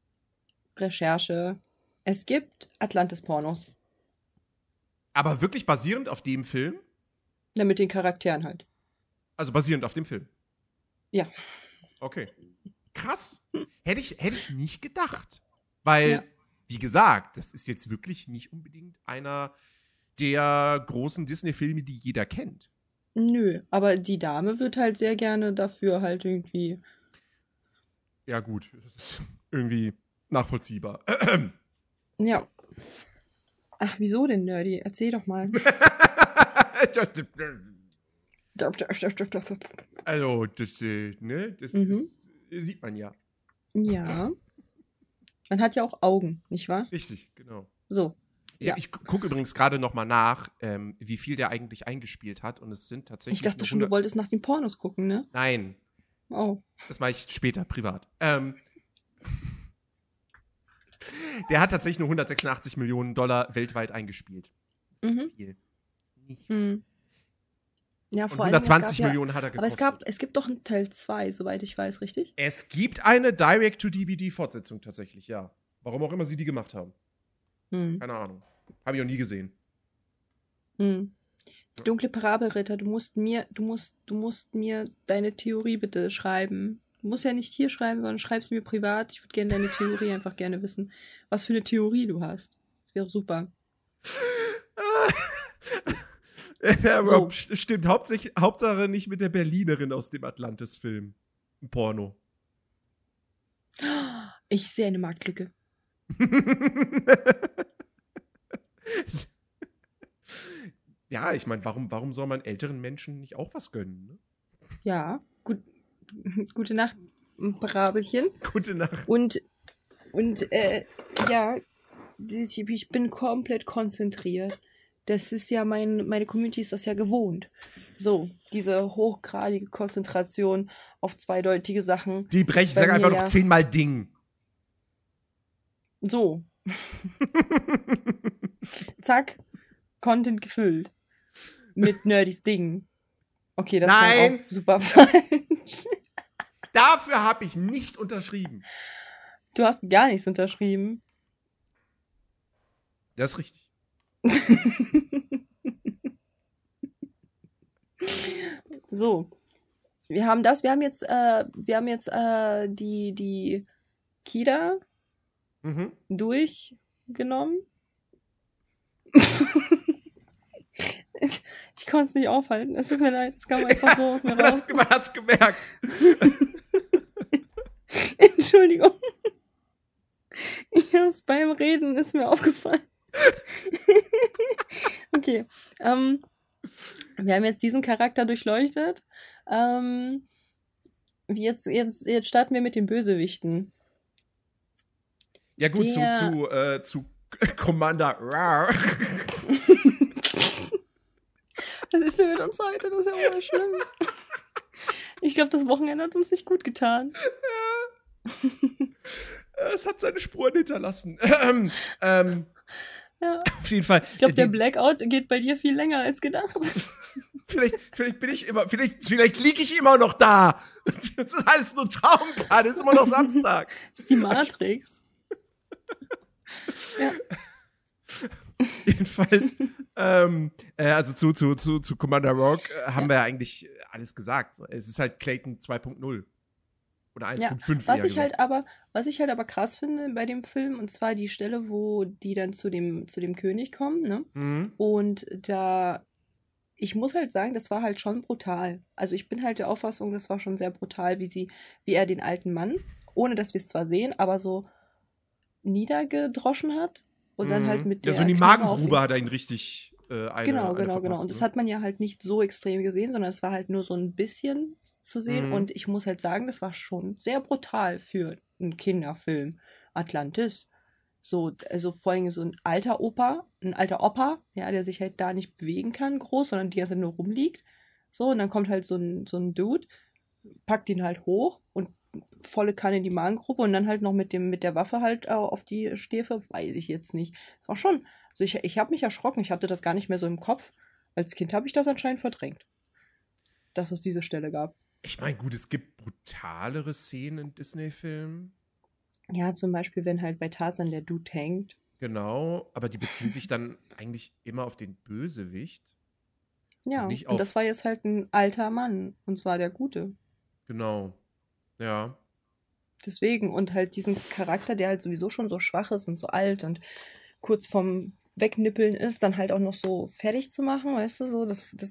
Es gibt Atlantis-Pornos. Aber wirklich basierend auf dem Film? Ja, mit den Charakteren halt. Also basierend auf dem Film? Ja. Okay. Krass. Hätte ich nicht gedacht. Weil, Ja. wie gesagt, das ist jetzt wirklich nicht unbedingt einer der großen Disney-Filme, die jeder kennt. Nö, aber die Dame wird halt sehr gerne dafür halt irgendwie. Ja, gut. Das ist irgendwie nachvollziehbar. Ja. Ach, wieso denn, Nerdy? Erzähl doch mal. Also, das, ne? Das sieht man ja. Ja. Man hat ja auch Augen, nicht wahr? Richtig, genau. So. Ja. Ich gucke übrigens gerade noch mal nach, wie viel der eigentlich eingespielt hat. Und es sind tatsächlich. Ich dachte nur schon, du wolltest nach den Pornos gucken, ne? Nein, Oh. das mache ich später, privat. Der hat tatsächlich nur 186 Millionen $186 weltweit eingespielt. Mhm. Viel. Nicht viel. Hm. Ja, Und vor allem, 120 es gab Millionen hat er Aber gekostet. es gibt doch einen Teil 2, soweit ich weiß, richtig? Es gibt eine Direct-to-DVD-Fortsetzung tatsächlich, ja. Warum auch immer sie die gemacht haben. Hm. Keine Ahnung. Habe ich auch nie gesehen. Hm. Die dunkle Parabelritter, du musst mir deine Theorie bitte schreiben. Du musst ja nicht hier schreiben, sondern schreib's mir privat. Ich würde gerne deine Theorie einfach gerne wissen, was für eine Theorie du hast. Das wäre super. Ja, So. Rob, stimmt. Hauptsache nicht mit der Berlinerin aus dem Atlantis-Film. Ein Porno. Ich sehe eine Marktlücke. Ja, ich meine, warum soll man älteren Menschen nicht auch was gönnen? Ne? Ja, gute Nacht, Parabelchen. Gute Nacht. Und ja, ich bin komplett konzentriert. Das ist ja meine Community ist das ja gewohnt. So, diese hochgradige Konzentration auf zweideutige Sachen. Die breche ich Bei sage einfach mir noch ja. 10-mal Ding. So. Zack, Content gefüllt. Mit Nerdys Dingen. Okay, das Nein. war auch super falsch. Dafür habe ich nicht unterschrieben. Du hast gar nichts unterschrieben. Das ist richtig. So, wir haben jetzt die Kida Mhm. durchgenommen. Ich konnte es nicht aufhalten. Es tut mir leid, es kam einfach so aus mir raus. Man hat's gemerkt. Entschuldigung. Ich hab's beim Reden, ist mir aufgefallen. Okay. Wir haben jetzt diesen Charakter durchleuchtet. Jetzt starten wir mit den Bösewichten. Ja gut, zu Commander Rar. Was ist denn mit uns heute? Das ist ja immer schlimm. Ich glaube, das Wochenende hat uns nicht gut getan. Es hat seine Spuren hinterlassen. Ja. Auf jeden Fall. Ich glaube, der Blackout geht bei dir viel länger als gedacht. Vielleicht bin ich immer, vielleicht liege ich immer noch da. Das ist alles nur Traum gerade, es ist immer noch Samstag. Das ist die Matrix. Ja. Jedenfalls, also zu Commander Rogue haben wir ja eigentlich alles gesagt. So, es ist halt Clayton 2.0. Oder 1.5. Was ich halt aber krass finde bei dem Film, und zwar die Stelle, wo die dann zu dem König kommen, ne? Mhm. Und ich muss halt sagen, das war halt schon brutal. Also ich bin halt der Auffassung, das war schon sehr brutal, wie er den alten Mann, ohne dass wir es zwar sehen, aber so niedergedroschen hat und dann halt mit der so in die Klinge Magengrube hat er ihn richtig Genau. verpasst, Und das ne? hat man ja halt nicht so extrem gesehen, sondern es war halt nur so ein bisschen zu sehen. Mhm. Und ich muss halt sagen, das war schon sehr brutal für einen Kinderfilm. Atlantis. So, also vor allem so ein alter Opa, ja, der sich halt da nicht bewegen kann, groß, sondern die ganze Zeit nur rumliegt. So, und dann kommt halt so ein Dude, packt ihn halt hoch und volle Kanne in die Magengrube und dann halt noch mit der Waffe halt auf die Schläfe, weiß ich jetzt nicht. War schon, also ich habe mich erschrocken, ich hatte das gar nicht mehr so im Kopf. Als Kind habe ich das anscheinend verdrängt, dass es diese Stelle gab. Ich meine, gut, es gibt brutalere Szenen in Disney-Filmen. Ja, zum Beispiel, wenn halt bei Tarzan der Dude hängt. Genau, aber die beziehen sich dann eigentlich immer auf den Bösewicht. Ja, Nicht und das war jetzt halt ein alter Mann, und zwar der Gute. Genau, ja. Deswegen, und halt diesen Charakter, der halt sowieso schon so schwach ist und so alt und kurz vorm Wegnippeln ist, dann halt auch noch so fertig zu machen, weißt du, so,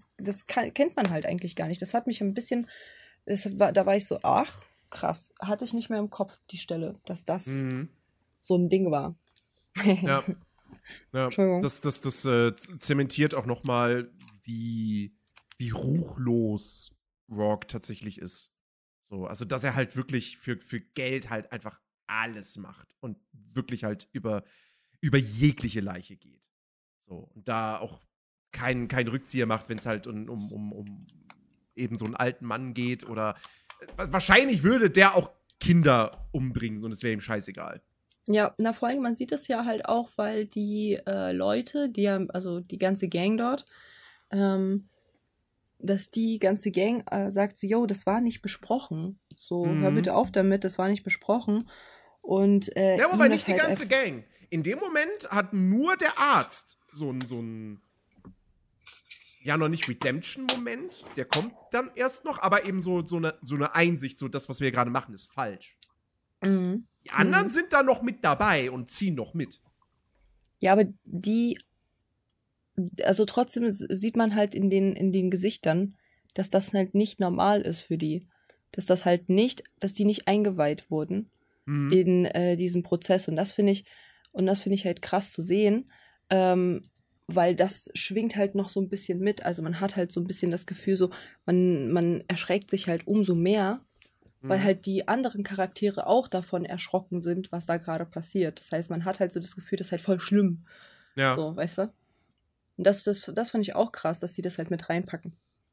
kennt man halt eigentlich gar nicht. Das hat mich ein bisschen, da war ich so, ach, krass, hatte ich nicht mehr im Kopf, die Stelle, dass das so ein Ding war. Ja. Entschuldigung. Das zementiert auch nochmal, wie ruchlos Rourke tatsächlich ist. So, also, dass er halt wirklich für Geld halt einfach alles macht und wirklich halt über jegliche Leiche geht. So, und da auch keinen Rückzieher macht, wenn es halt um eben so einen alten Mann geht oder wahrscheinlich würde der auch Kinder umbringen und es wäre ihm scheißegal. Ja, na vor allem, man sieht es ja halt auch, weil die Leute, also die ganze Gang dort, dass die ganze Gang sagt so, yo, das war nicht besprochen. So, hör bitte auf damit, das war nicht besprochen. Und ja, wobei nicht die ganze Gang. In dem Moment hat nur der Arzt so ein ja, noch nicht Redemption-Moment, der kommt dann erst noch, aber eben so eine Einsicht, so das, was wir gerade machen, ist falsch. Mhm. Die anderen sind da noch mit dabei und ziehen noch mit. Ja, aber also trotzdem sieht man halt in den Gesichtern, dass das halt nicht normal ist für die. Dass die nicht eingeweiht wurden in diesem Prozess. Und das finde ich halt krass zu sehen, weil das schwingt halt noch so ein bisschen mit. Also man hat halt so ein bisschen das Gefühl, so man erschreckt sich halt umso mehr, weil halt die anderen Charaktere auch davon erschrocken sind, was da gerade passiert. Das heißt, man hat halt so das Gefühl, das ist halt voll schlimm. Ja. So, weißt du? Und das fand ich auch krass, dass die das halt mit reinpacken.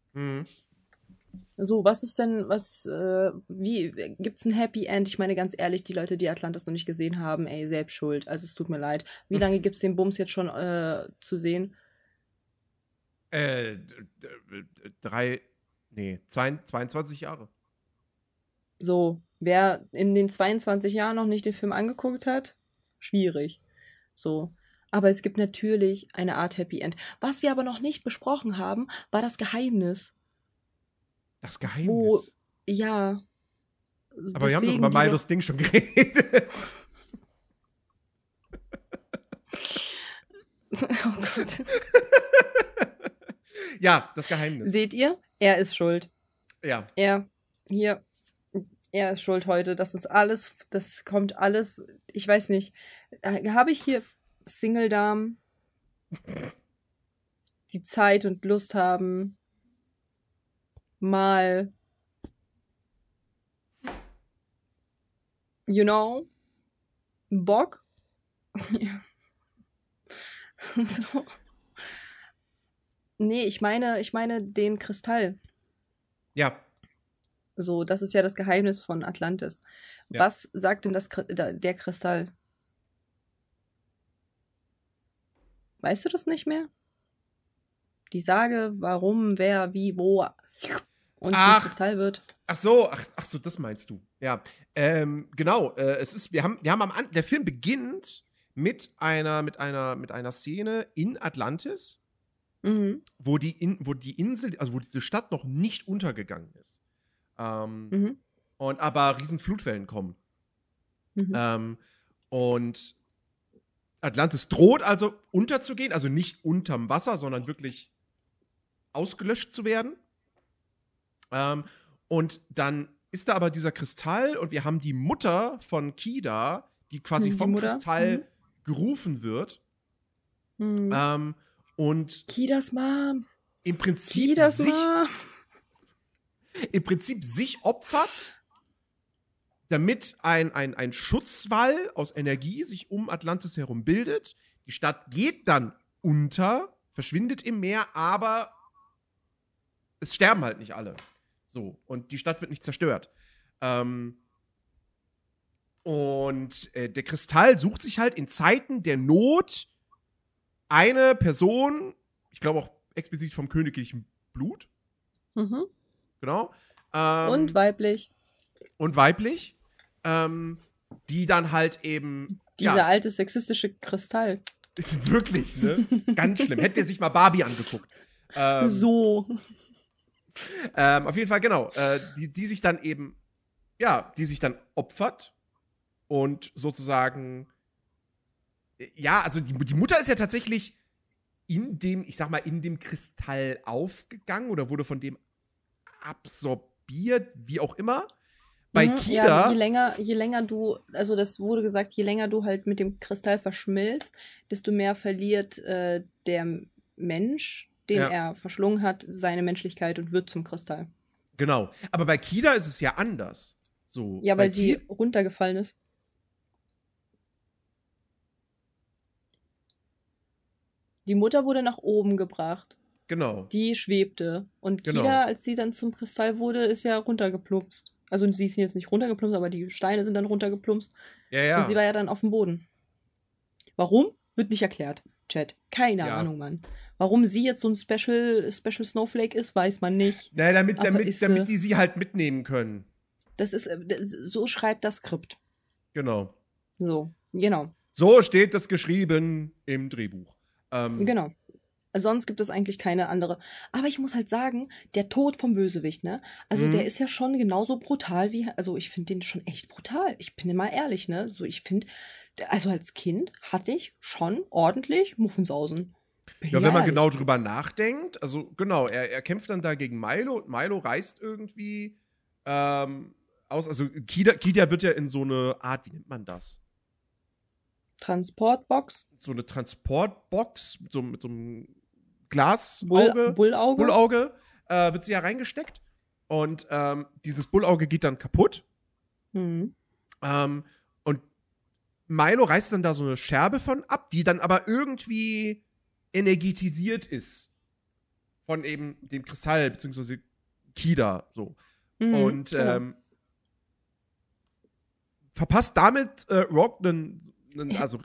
So, gibt's ein Happy End? Ich meine, ganz ehrlich, die Leute, die Atlantis noch nicht gesehen haben, ey, selbst schuld. Also es tut mir leid. Wie lange gibt's den Bums jetzt schon zu sehen? 22 Jahre. So, wer in den 22 Jahren noch nicht den Film angeguckt hat, schwierig. So. Aber es gibt natürlich eine Art Happy End. Was wir aber noch nicht besprochen haben, war das Geheimnis. Das wo, Geheimnis. ja, Aber wir haben doch weswegen über die Milos Ding schon geredet. Oh Gott. Ja, das Geheimnis. Seht ihr? Er ist schuld. Ja. Er ist schuld heute. Das kommt alles, ich weiß nicht. Habe ich hier Single-Damen, die Zeit und Lust haben, mal, Bock? Ja. So. Nee, ich meine den Kristall. Ja. So, das ist ja das Geheimnis von Atlantis. Ja. Was sagt denn der Kristall? Weißt du das nicht mehr? Die Sage, warum, wer, wie, wo und zum Ach. Kristall wird. Ach so, das meinst du. Ja. Genau, der Film beginnt mit einer Szene in Atlantis, Mhm. wo die Insel, also wo diese Stadt noch nicht untergegangen ist. Mhm. Und aber riesen Flutwellen kommen. Mhm. Und Atlantis droht also unterzugehen, also nicht unterm Wasser, sondern wirklich ausgelöscht zu werden. Und dann ist da aber dieser Kristall und wir haben die Mutter von Kida, die quasi Die vom Mutter. Kristall gerufen wird. Mhm. Und Kidas Mom. im Prinzip Kidas sich Mom. opfert, damit ein Schutzwall aus Energie sich um Atlantis herum bildet. Die Stadt geht dann unter, verschwindet im Meer, aber es sterben halt nicht alle. So, und die Stadt wird nicht zerstört. Der Kristall sucht sich halt in Zeiten der Not eine Person, ich glaube auch explizit vom königlichen Blut, Mhm. genau. Und weiblich. Und weiblich, die dann halt eben, Dieser alte sexistische Kristall. ist wirklich, ne? Ganz schlimm. Hätte er sich mal Barbie angeguckt. So. Auf jeden Fall, genau. Die sich dann eben, die sich dann opfert und sozusagen, also die Mutter ist ja tatsächlich in dem Kristall aufgegangen oder wurde von dem absorbiert, wie auch immer. Bei Kida. Ja, je länger du, also das wurde gesagt, je länger du halt mit dem Kristall verschmilzt, desto mehr verliert der Mensch, den er verschlungen hat, seine Menschlichkeit und wird zum Kristall. Genau. Aber bei Kida ist es ja anders. So, ja, weil sie runtergefallen ist. Die Mutter wurde nach oben gebracht. Genau. Die schwebte. Und Kida, Genau. als sie dann zum Kristall wurde, ist ja runtergeplumpst. Also sie ist jetzt nicht runtergeplumpst, aber die Steine sind dann runtergeplumpst. Ja. Und sie war ja dann auf dem Boden. Warum? Wird nicht erklärt. Chat. Keine Ja. Ahnung, Mann. Warum sie jetzt so ein Special Snowflake ist, weiß man nicht. Naja, damit die sie halt mitnehmen können. Das ist, so schreibt das Skript. Genau. So, genau. So steht das geschrieben im Drehbuch. Genau. Sonst gibt es eigentlich keine andere. Aber ich muss halt sagen, der Tod vom Bösewicht, ne? Also der ist ja schon genauso brutal wie, also ich finde den schon echt brutal. Ich bin immer ehrlich, ne? So, ich finde, also als Kind hatte ich schon ordentlich Muffensausen. Ja, wenn man genau drüber nachdenkt, also genau, er kämpft dann da gegen Milo und Milo reißt irgendwie aus, also Kida wird ja in so eine Art, wie nennt man das? Transportbox? So eine Transportbox mit so einem Glasauge. Bullauge? Wird sie ja reingesteckt. Und dieses Bullauge geht dann kaputt. Mhm. Und Milo reißt dann da so eine Scherbe von ab, die dann aber irgendwie energetisiert ist. Von eben dem Kristall, beziehungsweise Kida, so. Und verpasst damit Rock also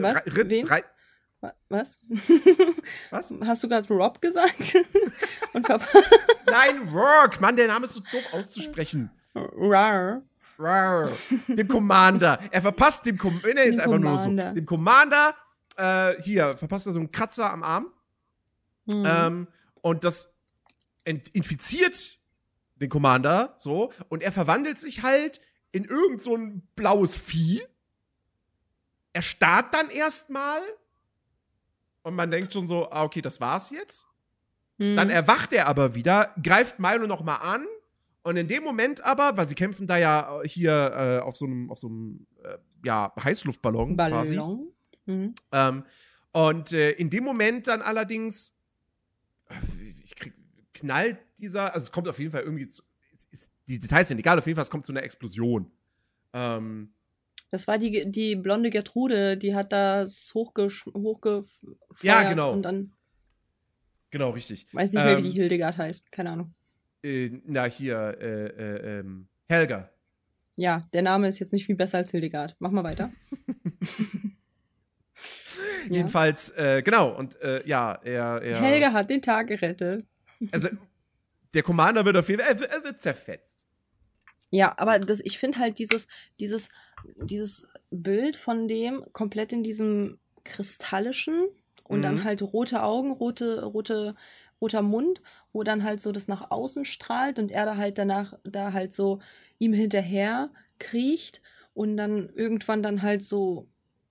Was? Was? Hast du gerade Rob gesagt? Und Nein, Rourke! Mann, der Name ist so doof auszusprechen. Rar. Dem Commander. Er verpasst dem Commander, jetzt einfach nur so. Dem Commander, verpasst er so einen Kratzer am Arm. Und das infiziert den Commander, so, und er verwandelt sich halt in irgend so ein blaues Vieh. Er starrt dann erstmal und man denkt schon so, okay, das war's jetzt. Dann erwacht er aber wieder, greift Milo noch mal an und in dem Moment aber, weil sie kämpfen da ja hier auf so einem Heißluftballon quasi. Und in dem Moment dann allerdings knallt dieser, also es kommt auf jeden Fall irgendwie die Details sind egal, auf jeden Fall, es kommt zu einer Explosion. Das war die blonde Gertrude, die hat das hochgefeuert. Ja, genau. Und dann Genau, richtig. weiß nicht mehr, wie die Hildegard heißt. Keine Ahnung. Helga. Ja, der Name ist jetzt nicht viel besser als Hildegard. Mach mal weiter. Jedenfalls, genau, und er Helga hat den Tag gerettet. Also, der Commander wird auf jeden Fall, er wird zerfetzt. Ja, aber ich finde halt dieses Bild von dem komplett in diesem kristallischen und dann halt rote Augen, roter Mund, wo dann halt so das nach außen strahlt und er da halt danach da halt so ihm hinterher kriecht und dann irgendwann dann halt so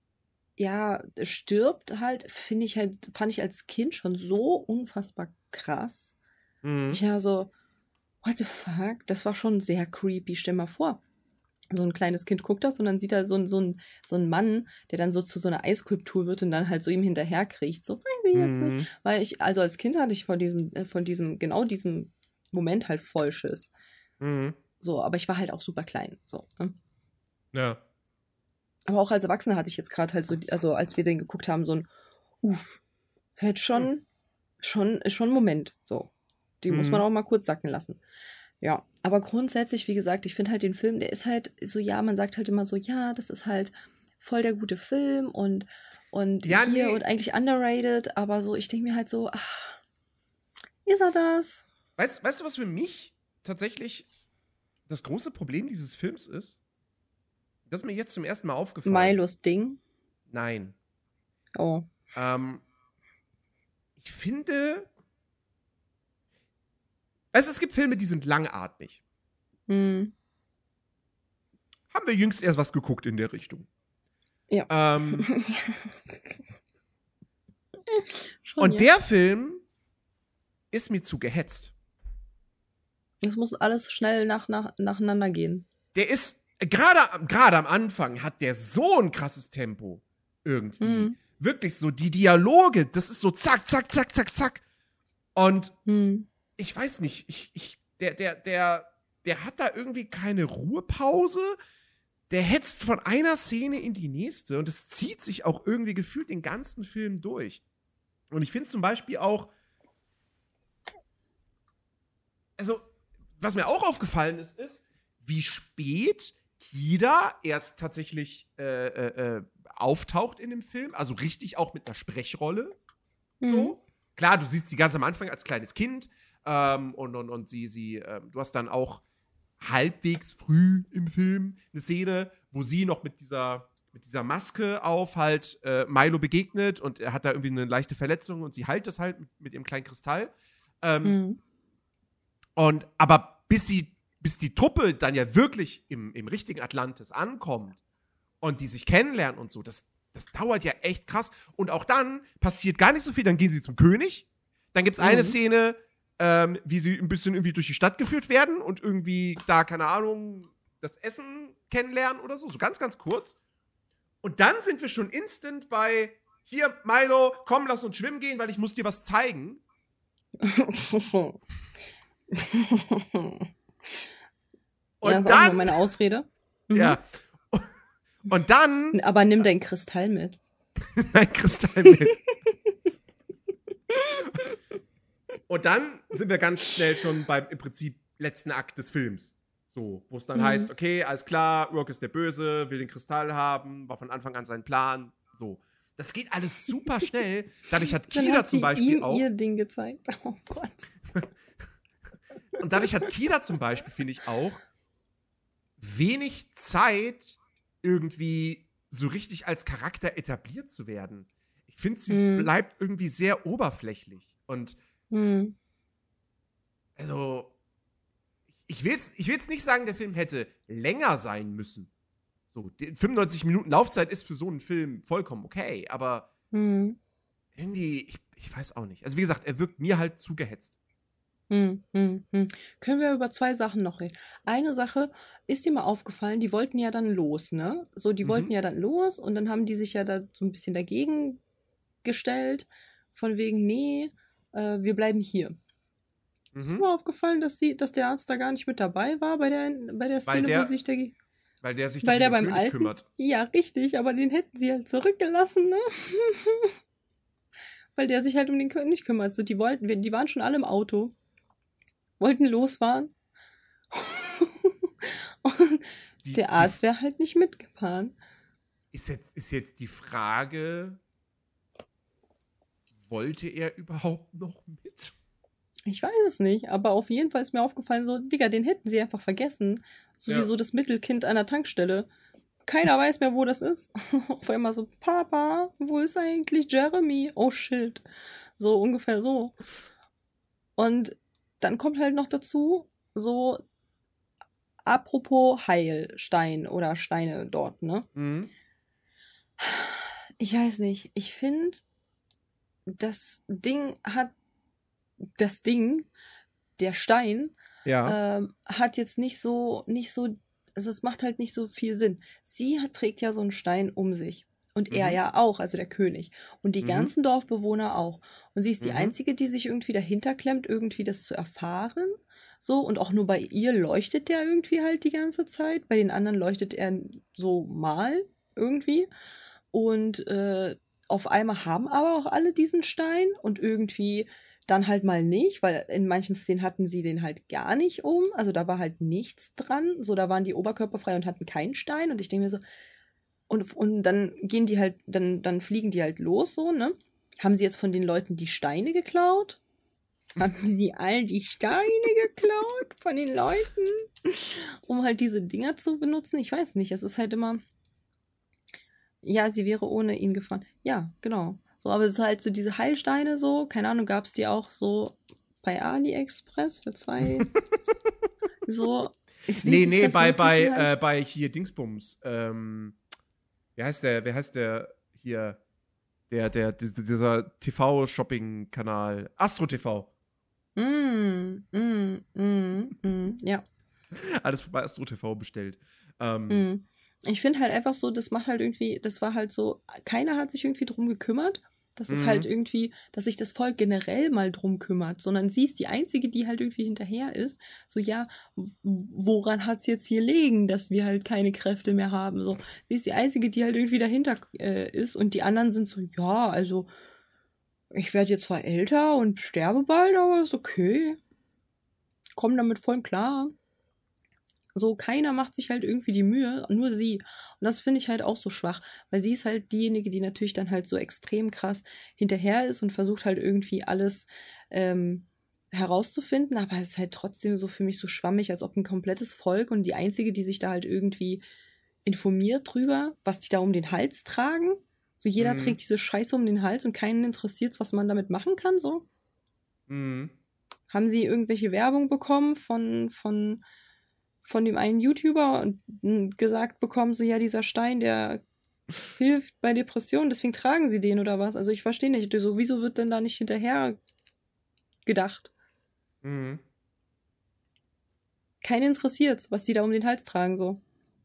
stirbt halt, fand ich als Kind schon so unfassbar krass. Ja, so, what the fuck? Das war schon sehr creepy. Stell mal vor, so ein kleines Kind guckt das und dann sieht er so einen Mann, der dann so zu so einer Eisskulptur wird und dann halt so ihm hinterher kriecht. So, weiß ich jetzt nicht. Weil also als Kind hatte ich von diesem Moment halt voll Schiss. So, aber ich war halt auch super klein. So, ne? Ja. Aber auch als Erwachsener hatte ich jetzt gerade halt so, also als wir den geguckt haben, so ein halt schon ein Moment. So. Die muss man auch mal kurz sacken lassen. Ja, aber grundsätzlich, wie gesagt, ich finde halt den Film, der ist halt so, man sagt halt immer so, ja, das ist halt voll der gute Film und und eigentlich underrated, aber so, ich denke mir halt so, ist er das? Weißt du, was für mich tatsächlich das große Problem dieses Films ist? Das ist mir jetzt zum ersten Mal aufgefallen. Milos Ding? Nein. Oh. Ich finde, es gibt Filme, die sind langatmig. Haben wir jüngst erst was geguckt in der Richtung. Ja. Und der Film ist mir zu gehetzt. Das muss alles schnell nacheinander gehen. Der ist, gerade am Anfang hat der so ein krasses Tempo irgendwie. Wirklich so, die Dialoge, das ist so zack, zack, zack, zack, zack. Und ich weiß nicht, der hat da irgendwie keine Ruhepause. Der hetzt von einer Szene in die nächste und es zieht sich auch irgendwie gefühlt den ganzen Film durch. Und ich finde zum Beispiel auch, also, was mir auch aufgefallen ist, wie spät Kida erst tatsächlich auftaucht in dem Film. Also richtig auch mit einer Sprechrolle. So. Klar, du siehst sie ganz am Anfang als kleines Kind. Und sie du hast dann auch halbwegs früh im Film eine Szene, wo sie noch mit dieser Maske auf halt Milo begegnet und er hat da irgendwie eine leichte Verletzung und sie heilt das halt mit ihrem kleinen Kristall. Aber bis die Truppe dann ja wirklich im richtigen Atlantis ankommt und die sich kennenlernen und so, das dauert ja echt krass. Und auch dann passiert gar nicht so viel. Dann gehen sie zum König. Dann gibt es eine Szene, wie sie ein bisschen irgendwie durch die Stadt geführt werden und irgendwie da, keine Ahnung, das Essen kennenlernen oder so. So ganz, ganz kurz. Und dann sind wir schon instant bei, hier, Milo, komm, lass uns schwimmen gehen, weil ich muss dir was zeigen. Und das ist dann, auch nur meine Ausrede. Ja. Und dann. Aber nimm dein Kristall mit. Mein Kristall mit. Und dann sind wir ganz schnell schon beim im Prinzip letzten Akt des Films. So, wo es dann heißt, okay, alles klar, Rourke ist der Böse, will den Kristall haben, war von Anfang an sein Plan. So. Das geht alles super schnell. Dadurch hat Kida zum Beispiel auch. Ihr Ding gezeigt. Oh Gott. Und dadurch hat Kida zum Beispiel, finde ich auch, wenig Zeit, irgendwie so richtig als Charakter etabliert zu werden. Ich finde, sie bleibt irgendwie sehr oberflächlich. Und also, ich will jetzt nicht sagen, der Film hätte länger sein müssen. So, 95 Minuten Laufzeit ist für so einen Film vollkommen okay, aber irgendwie, ich weiß auch nicht. Also wie gesagt, er wirkt mir halt zu gehetzt. Können wir über 2 Sachen noch reden? Eine Sache, ist dir mal aufgefallen, die wollten ja dann los, ne? So, die wollten ja dann los und dann haben die sich ja da so ein bisschen dagegen gestellt, von wegen, nee, wir bleiben hier. Ist dir mal aufgefallen, dass der Arzt da gar nicht mit dabei war bei der Szene, wo sich weil der sich weil doch um der den beim König Alten, kümmert. ja, richtig, aber den hätten sie halt zurückgelassen, ne? Weil der sich halt um den König kümmert. So, die waren schon alle im Auto, wollten losfahren. Und der Arzt wäre halt nicht mitgefahren. Ist jetzt die Frage, wollte er überhaupt noch mit? Ich weiß es nicht, aber auf jeden Fall ist mir aufgefallen, so, Digga, den hätten sie einfach vergessen. Sowieso das Mittelkind an der Tankstelle. Keiner weiß mehr, wo das ist. Auf einmal so, Papa, wo ist eigentlich Jeremy? Oh shit. So ungefähr so. Und dann kommt halt noch dazu, so, apropos Heilstein oder Steine dort, ne? Ich weiß nicht. Ich finde, das Ding, der Stein, hat jetzt nicht so, also es macht halt nicht so viel Sinn. Sie trägt ja so einen Stein um sich. Und er ja auch, also der König. Und die ganzen Dorfbewohner auch. Und sie ist die Einzige, die sich irgendwie dahinter klemmt, irgendwie das zu erfahren. So, und auch nur bei ihr leuchtet der irgendwie halt die ganze Zeit. Bei den anderen leuchtet er so mal irgendwie. Und auf einmal haben aber auch alle diesen Stein und irgendwie dann halt mal nicht, weil in manchen Szenen hatten sie den halt gar nicht um. Also da war halt nichts dran. So, da waren die Oberkörper frei und hatten keinen Stein. Und ich denke mir so, und dann gehen die halt, dann fliegen die halt los, so, ne? Haben sie jetzt von den Leuten die Steine geklaut? Haben sie all die Steine geklaut von den Leuten, um halt diese Dinger zu benutzen? Ich weiß nicht, es ist halt immer, ja, sie wäre ohne ihn gefahren. Ja, genau. So, aber es ist halt so diese Heilsteine so, keine Ahnung, gab es die auch so bei AliExpress für 2 so. Nee, bei hier Dingsbums, wer heißt der hier, dieser TV-Shopping-Kanal, Astro TV. Ja. Alles bei Astro TV bestellt. Ich finde halt einfach so, das macht halt irgendwie, das war halt so, keiner hat sich irgendwie drum gekümmert. Das ist halt irgendwie, dass sich das Volk generell mal drum kümmert, sondern sie ist die Einzige, die halt irgendwie hinterher ist. So, ja, woran hat's jetzt hier liegen, dass wir halt keine Kräfte mehr haben? So, sie ist die Einzige, die halt irgendwie dahinter ist und die anderen sind so, ja, also ich werde jetzt zwar älter und sterbe bald, aber ist okay. Komm damit voll klar. So, keiner macht sich halt irgendwie die Mühe, nur sie. Und das finde ich halt auch so schwach, weil sie ist halt diejenige, die natürlich dann halt so extrem krass hinterher ist und versucht halt irgendwie alles herauszufinden, aber es ist halt trotzdem so für mich so schwammig, als ob ein komplettes Volk und die Einzige, die sich da halt irgendwie informiert drüber, was die da um den Hals tragen. So, jeder trägt diese Scheiße um den Hals und keinen interessiert's, was man damit machen kann, so. Haben sie irgendwelche Werbung bekommen von dem einen YouTuber und gesagt bekommen, so, ja, dieser Stein, der hilft bei Depressionen, deswegen tragen sie den oder was? Also ich verstehe nicht, so, wieso wird denn da nicht hinterher gedacht? Keinen interessiert's, was die da um den Hals tragen, so.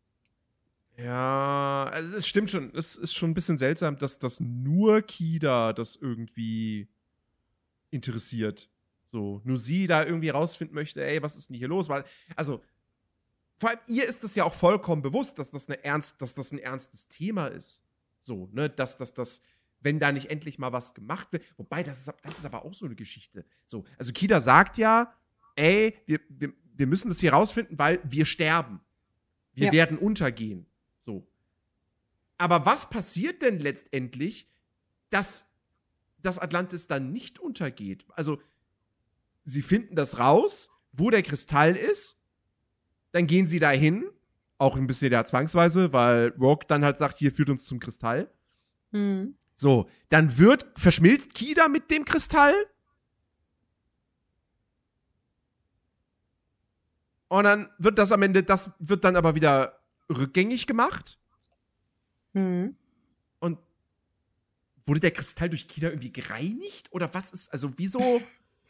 Ja, also es stimmt schon, es ist schon ein bisschen seltsam, dass das nur Kida das irgendwie interessiert. So, nur sie da irgendwie rausfinden möchte, ey, was ist denn hier los? Weil, also, vor allem ihr ist es ja auch vollkommen bewusst, dass das ein ernstes Thema ist. So, ne, dass wenn da nicht endlich mal was gemacht wird. Wobei, das ist aber auch so eine Geschichte. So, also Kida sagt ja, ey, wir müssen das hier rausfinden, weil wir sterben. Wir werden untergehen. So. Aber was passiert denn letztendlich, dass Atlantis dann nicht untergeht? Also, sie finden das raus, wo der Kristall ist. Dann gehen sie da hin, auch ein bisschen ja zwangsweise, weil Rogue dann halt sagt, hier führt uns zum Kristall. So, dann verschmilzt Kida mit dem Kristall. Und dann wird das am Ende, das wird dann aber wieder rückgängig gemacht. Mhm. Und wurde der Kristall durch Kida irgendwie gereinigt? Oder was ist, also wieso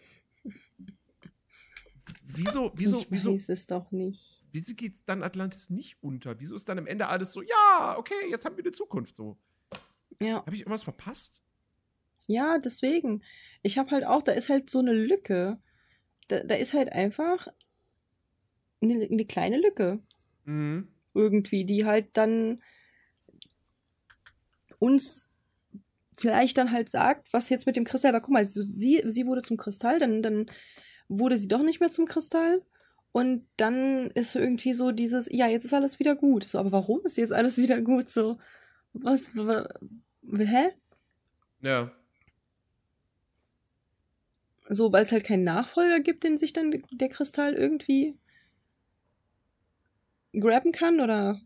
Ich weiß es doch nicht. wieso geht dann Atlantis nicht unter? Wieso ist dann am Ende alles so, ja, okay, jetzt haben wir eine Zukunft so? Ja. Habe ich irgendwas verpasst? Ja, deswegen. Ich habe halt auch, da ist halt so eine Lücke. Da ist halt einfach eine kleine Lücke. Mhm. Irgendwie, die halt dann uns vielleicht dann halt sagt, was jetzt mit dem Kristall, aber guck mal, sie wurde zum Kristall, dann wurde sie doch nicht mehr zum Kristall und dann ist so irgendwie so dieses, ja, jetzt ist alles wieder gut. So, aber warum ist jetzt alles wieder gut? So, hä? Ja. So, weil es halt keinen Nachfolger gibt, den sich dann der Kristall irgendwie grabben kann, oder?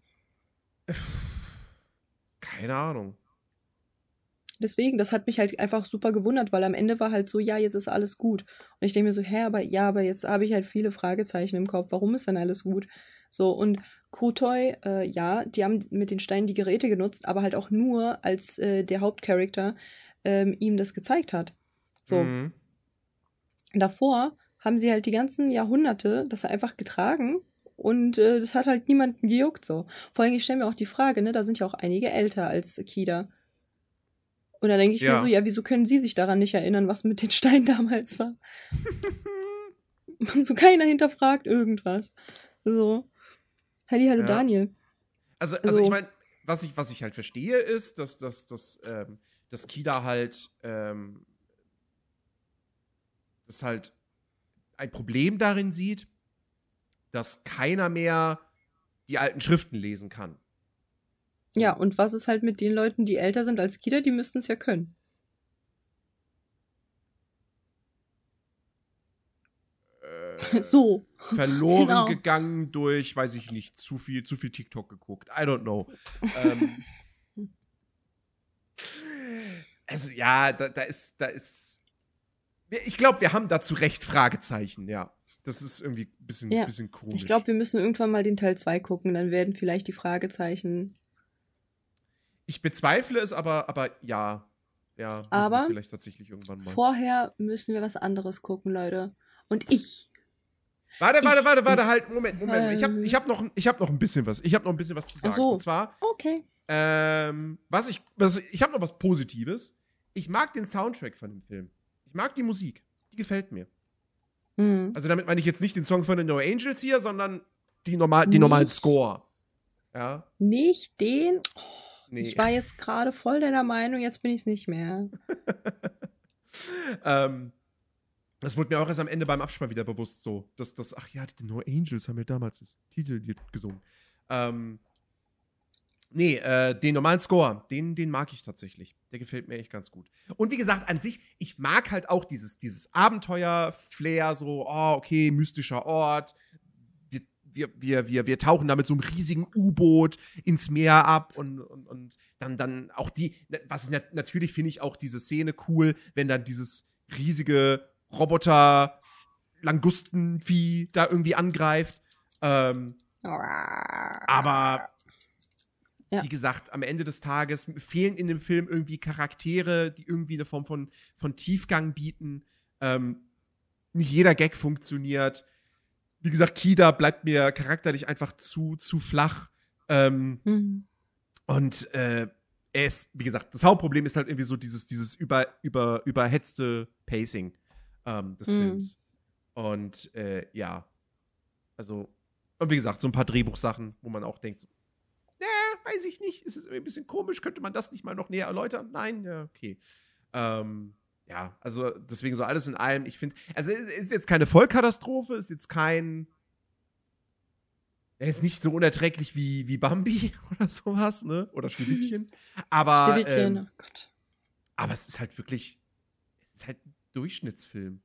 Keine Ahnung. Deswegen, das hat mich halt einfach super gewundert, weil am Ende war halt so, ja, jetzt ist alles gut. Und ich denke mir so, aber jetzt habe ich halt viele Fragezeichen im Kopf. Warum ist denn alles gut? So, und Kotoi, ja, die haben mit den Steinen die Geräte genutzt, aber halt auch nur, als der Hauptcharakter ihm das gezeigt hat. So. Mhm. Davor haben sie halt die ganzen Jahrhunderte das einfach getragen und das hat halt niemanden gejuckt, so. Vor allem, ich stelle mir auch die Frage, ne, da sind ja auch einige älter als Kida. Und da denke ich mir so, ja, wieso können sie sich daran nicht erinnern, was mit den Steinen damals war? So keiner hinterfragt irgendwas. So. Hallo, Ja. Daniel. Also So. ich meine, was ich halt verstehe, ist, dass Kida halt das halt ein Problem darin sieht, dass keiner mehr die alten Schriften lesen kann. Ja, und was ist halt mit den Leuten, die älter sind als Kida, die müssten es ja können. So. Verloren Genau. gegangen durch, weiß ich nicht, zu viel TikTok geguckt. I don't know. Also ja, da ist. Ich glaube, wir haben dazu recht Fragezeichen, ja. Das ist irgendwie ein bisschen komisch. Ich glaube, wir müssen irgendwann mal den Teil 2 gucken, dann werden vielleicht die Fragezeichen. Ich bezweifle es, aber ja. Ja, müssen Aber wir vielleicht tatsächlich irgendwann mal. Vorher müssen wir was anderes gucken, Leute. Und ich. Warte, halt, Moment. Ich hab noch ein bisschen was. Ich habe noch ein bisschen was zu sagen. Ach so. Und zwar, Okay. ich habe noch was Positives. Ich mag den Soundtrack von dem Film. Ich mag die Musik. Die gefällt mir. Mhm. Also damit meine ich jetzt nicht den Song von den No Angels hier, sondern den normalen Score. Ja? Nicht den. Oh, Nee. Ich war jetzt gerade voll deiner Meinung, jetzt bin ich es nicht mehr. Das wurde mir auch erst am Ende beim Abspann wieder bewusst so. Ach ja, die No Angels haben ja damals das Titellied gesungen. Den normalen Score, den mag ich tatsächlich. Der gefällt mir echt ganz gut. Und wie gesagt, an sich, ich mag halt auch dieses Abenteuer-Flair, so, oh, okay, mystischer Ort. Wir tauchen da mit so einem riesigen U-Boot ins Meer ab und dann auch natürlich finde ich auch diese Szene cool, wenn dann dieses riesige Roboter-Langustenvieh da irgendwie angreift. Aber Ja. wie gesagt, am Ende des Tages fehlen in dem Film irgendwie Charaktere, die irgendwie eine Form von Tiefgang bieten. Nicht jeder Gag funktioniert. Wie gesagt, Kida bleibt mir charakterlich einfach zu flach. Und er ist, wie gesagt, das Hauptproblem ist halt irgendwie so dieses überhetzte Pacing des Films. Und ja. Also, und wie gesagt, so ein paar Drehbuchsachen, wo man auch denkt, so, weiß ich nicht, ist es irgendwie ein bisschen komisch, könnte man das nicht mal noch näher erläutern? Nein, ja, okay. Ja, also deswegen so alles in allem, ich finde, also es ist jetzt keine Vollkatastrophe, ist jetzt er ist nicht so unerträglich wie Bambi oder sowas, ne? Oder Schneewittchen. Aber, Schneewittchen, oh Gott. Aber es ist halt wirklich, es ist halt ein Durchschnittsfilm.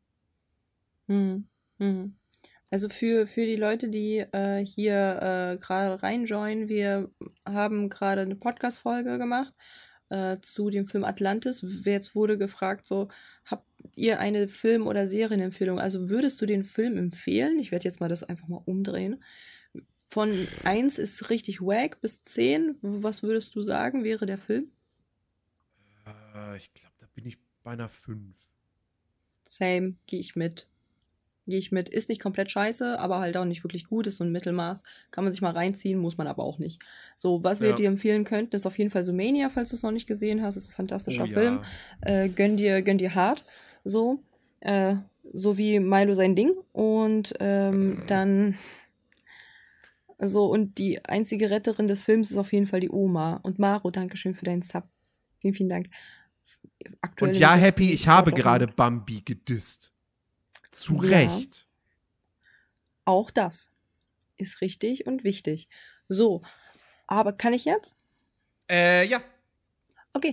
Also für die Leute, die hier gerade reinjoinen, wir haben gerade eine Podcast-Folge gemacht zu dem Film Atlantis. Jetzt wurde gefragt, so, habt ihr eine Film- oder Serienempfehlung? Also würdest du den Film empfehlen? Ich werde jetzt mal das einfach mal umdrehen. Von 1 ist richtig wack bis 10. Was würdest du sagen, wäre der Film? Ich glaube, da bin ich bei einer 5. Same, gehe ich mit. Ist nicht komplett scheiße, aber halt auch nicht wirklich gut, ist so ein Mittelmaß. Kann man sich mal reinziehen, muss man aber auch nicht. So, was wir Ja. dir empfehlen könnten, ist auf jeden Fall Zoomania, falls du es noch nicht gesehen hast. Ist ein fantastischer Oh ja. Film. Gönn dir hart. So. So wie Milo sein Ding. Und dann. So, und die einzige Retterin des Films ist auf jeden Fall die Oma. Und Maro, Dankeschön für deinen Sub. Vielen, vielen Dank. Aktuell Und in ja, der Happy, 6. ich habe Fortordnung. gerade Bambi gedisst. Zu Ja. Recht. Auch das ist richtig und wichtig. So, aber kann ich jetzt? Ja. Okay,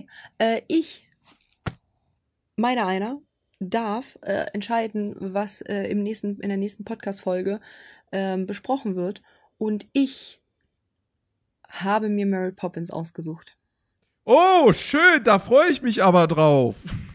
einer, darf entscheiden, was in der nächsten Podcast-Folge besprochen wird. Und ich habe mir Mary Poppins ausgesucht. Oh, schön, da freue ich mich aber drauf.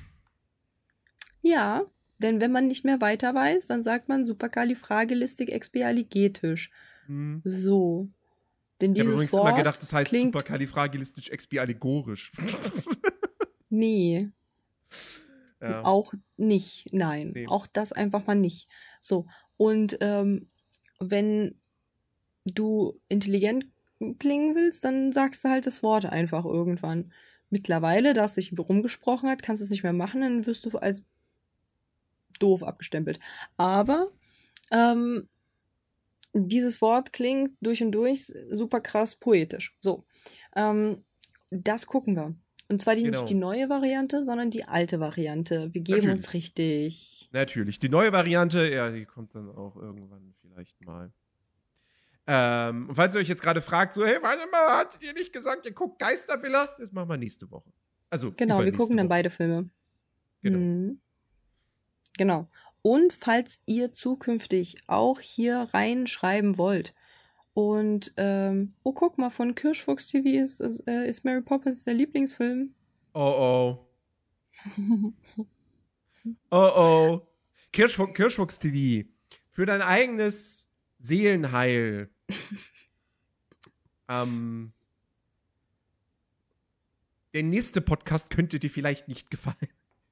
Ja, denn wenn man nicht mehr weiter weiß, dann sagt man superkalifragilistikexpialigetisch. Hm. So. Denn Ich habe dieses übrigens Wort immer gedacht, das heißt klingt... superkalifragilistisch-expialigorisch. Nee, Ja. auch nicht. Nein, Nee. auch das einfach mal nicht. So, und wenn du intelligent klingen willst, dann sagst du halt das Wort einfach irgendwann. Mittlerweile, da es sich rumgesprochen hat, kannst du es nicht mehr machen, dann wirst du als doof abgestempelt. Aber dieses Wort klingt durch und durch super krass poetisch. So, das gucken wir. Und zwar Genau. nicht die neue Variante, sondern die alte Variante. Wir geben Natürlich. uns richtig. Natürlich. Die neue Variante, ja, die kommt dann auch irgendwann vielleicht mal. Und falls ihr euch jetzt gerade fragt, so, hey, warte mal, hattet ihr nicht gesagt, ihr guckt Geistervilla? Das machen wir nächste Woche. Also, Genau, wir übernächste gucken dann Woche. beide Filme. Genau. Mhm. Genau. Und falls ihr zukünftig auch hier reinschreiben wollt und, oh, guck mal, von Kirschfuchs TV ist Mary Poppins der Lieblingsfilm. Oh, oh. Oh, oh. Kirschfuchs TV. Für dein eigenes Seelenheil. Der nächste Podcast könnte dir vielleicht nicht gefallen.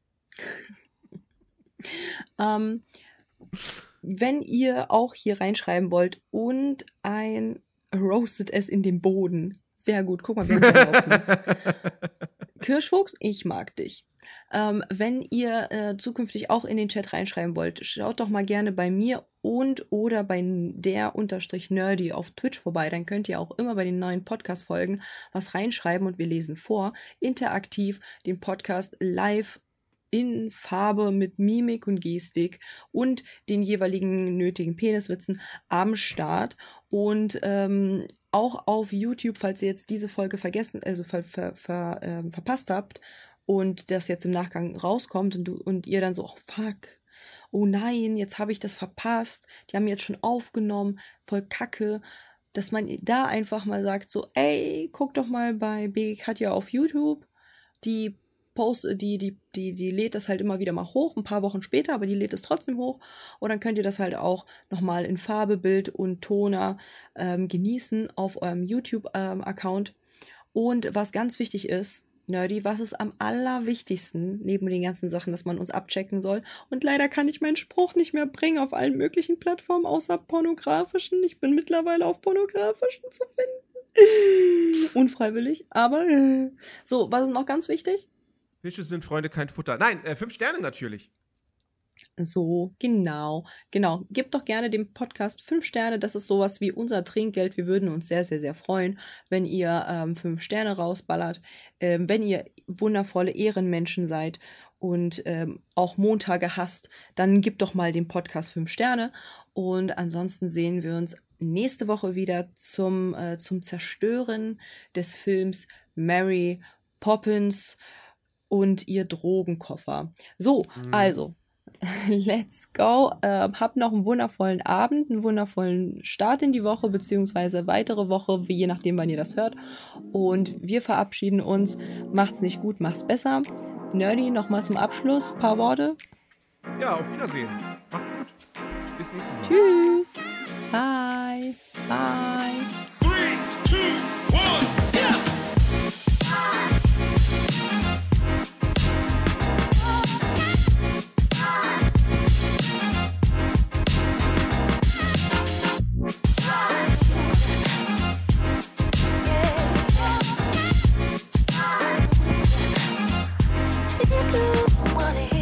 Wenn ihr auch hier reinschreiben wollt und ein Roasted es in den Boden. Sehr gut, guck mal, wir haben aufgelöst. Kirschfuchs, ich mag dich. Wenn ihr zukünftig auch in den Chat reinschreiben wollt, schaut doch mal gerne bei mir und oder bei der_nerdy auf Twitch vorbei. Dann könnt ihr auch immer bei den neuen Podcast-Folgen was reinschreiben und wir lesen vor. Interaktiv den Podcast live in Farbe mit Mimik und Gestik und den jeweiligen nötigen Peniswitzen am Start. Und auch auf YouTube, falls ihr jetzt diese Folge verpasst habt und das jetzt im Nachgang rauskommt und ihr dann so, oh fuck, oh nein, jetzt habe ich das verpasst, die haben jetzt schon aufgenommen, voll kacke, dass man da einfach mal sagt so, ey, guck doch mal bei Big Katja auf YouTube, die lädt das halt immer wieder mal hoch, ein paar Wochen später, aber die lädt es trotzdem hoch und dann könnt ihr das halt auch nochmal in Farbe, Bild und Toner genießen auf eurem YouTube-Account. Und was ganz wichtig ist, Nerdy, was ist am allerwichtigsten, neben den ganzen Sachen, dass man uns abchecken soll? Und leider kann ich meinen Spruch nicht mehr bringen auf allen möglichen Plattformen, außer pornografischen. Ich bin mittlerweile auf pornografischen zu finden. Unfreiwillig, aber so, was ist noch ganz wichtig? Fische sind Freunde, kein Futter. Nein, 5 Sterne natürlich. So, genau. Gebt doch gerne dem Podcast 5 Sterne. Das ist sowas wie unser Trinkgeld. Wir würden uns sehr, sehr, sehr freuen, wenn ihr 5 Sterne rausballert. Wenn ihr wundervolle Ehrenmenschen seid und auch Montage hasst, dann gebt doch mal dem Podcast 5 Sterne. Und ansonsten sehen wir uns nächste Woche wieder zum Zerstören des Films Mary Poppins und ihr Drogenkoffer. So, also, Let's go. Habt noch einen wundervollen Abend, einen wundervollen Start in die Woche, beziehungsweise weitere Woche, je nachdem, wann ihr das hört. Und wir verabschieden uns. Macht's nicht gut, macht's besser. Nerdy, nochmal zum Abschluss. Paar Worte. Ja, auf Wiedersehen. Macht's gut. Bis nächstes Mal. Tschüss. Bye. Bye. 3, 2, 1, yeah! If you wanna hear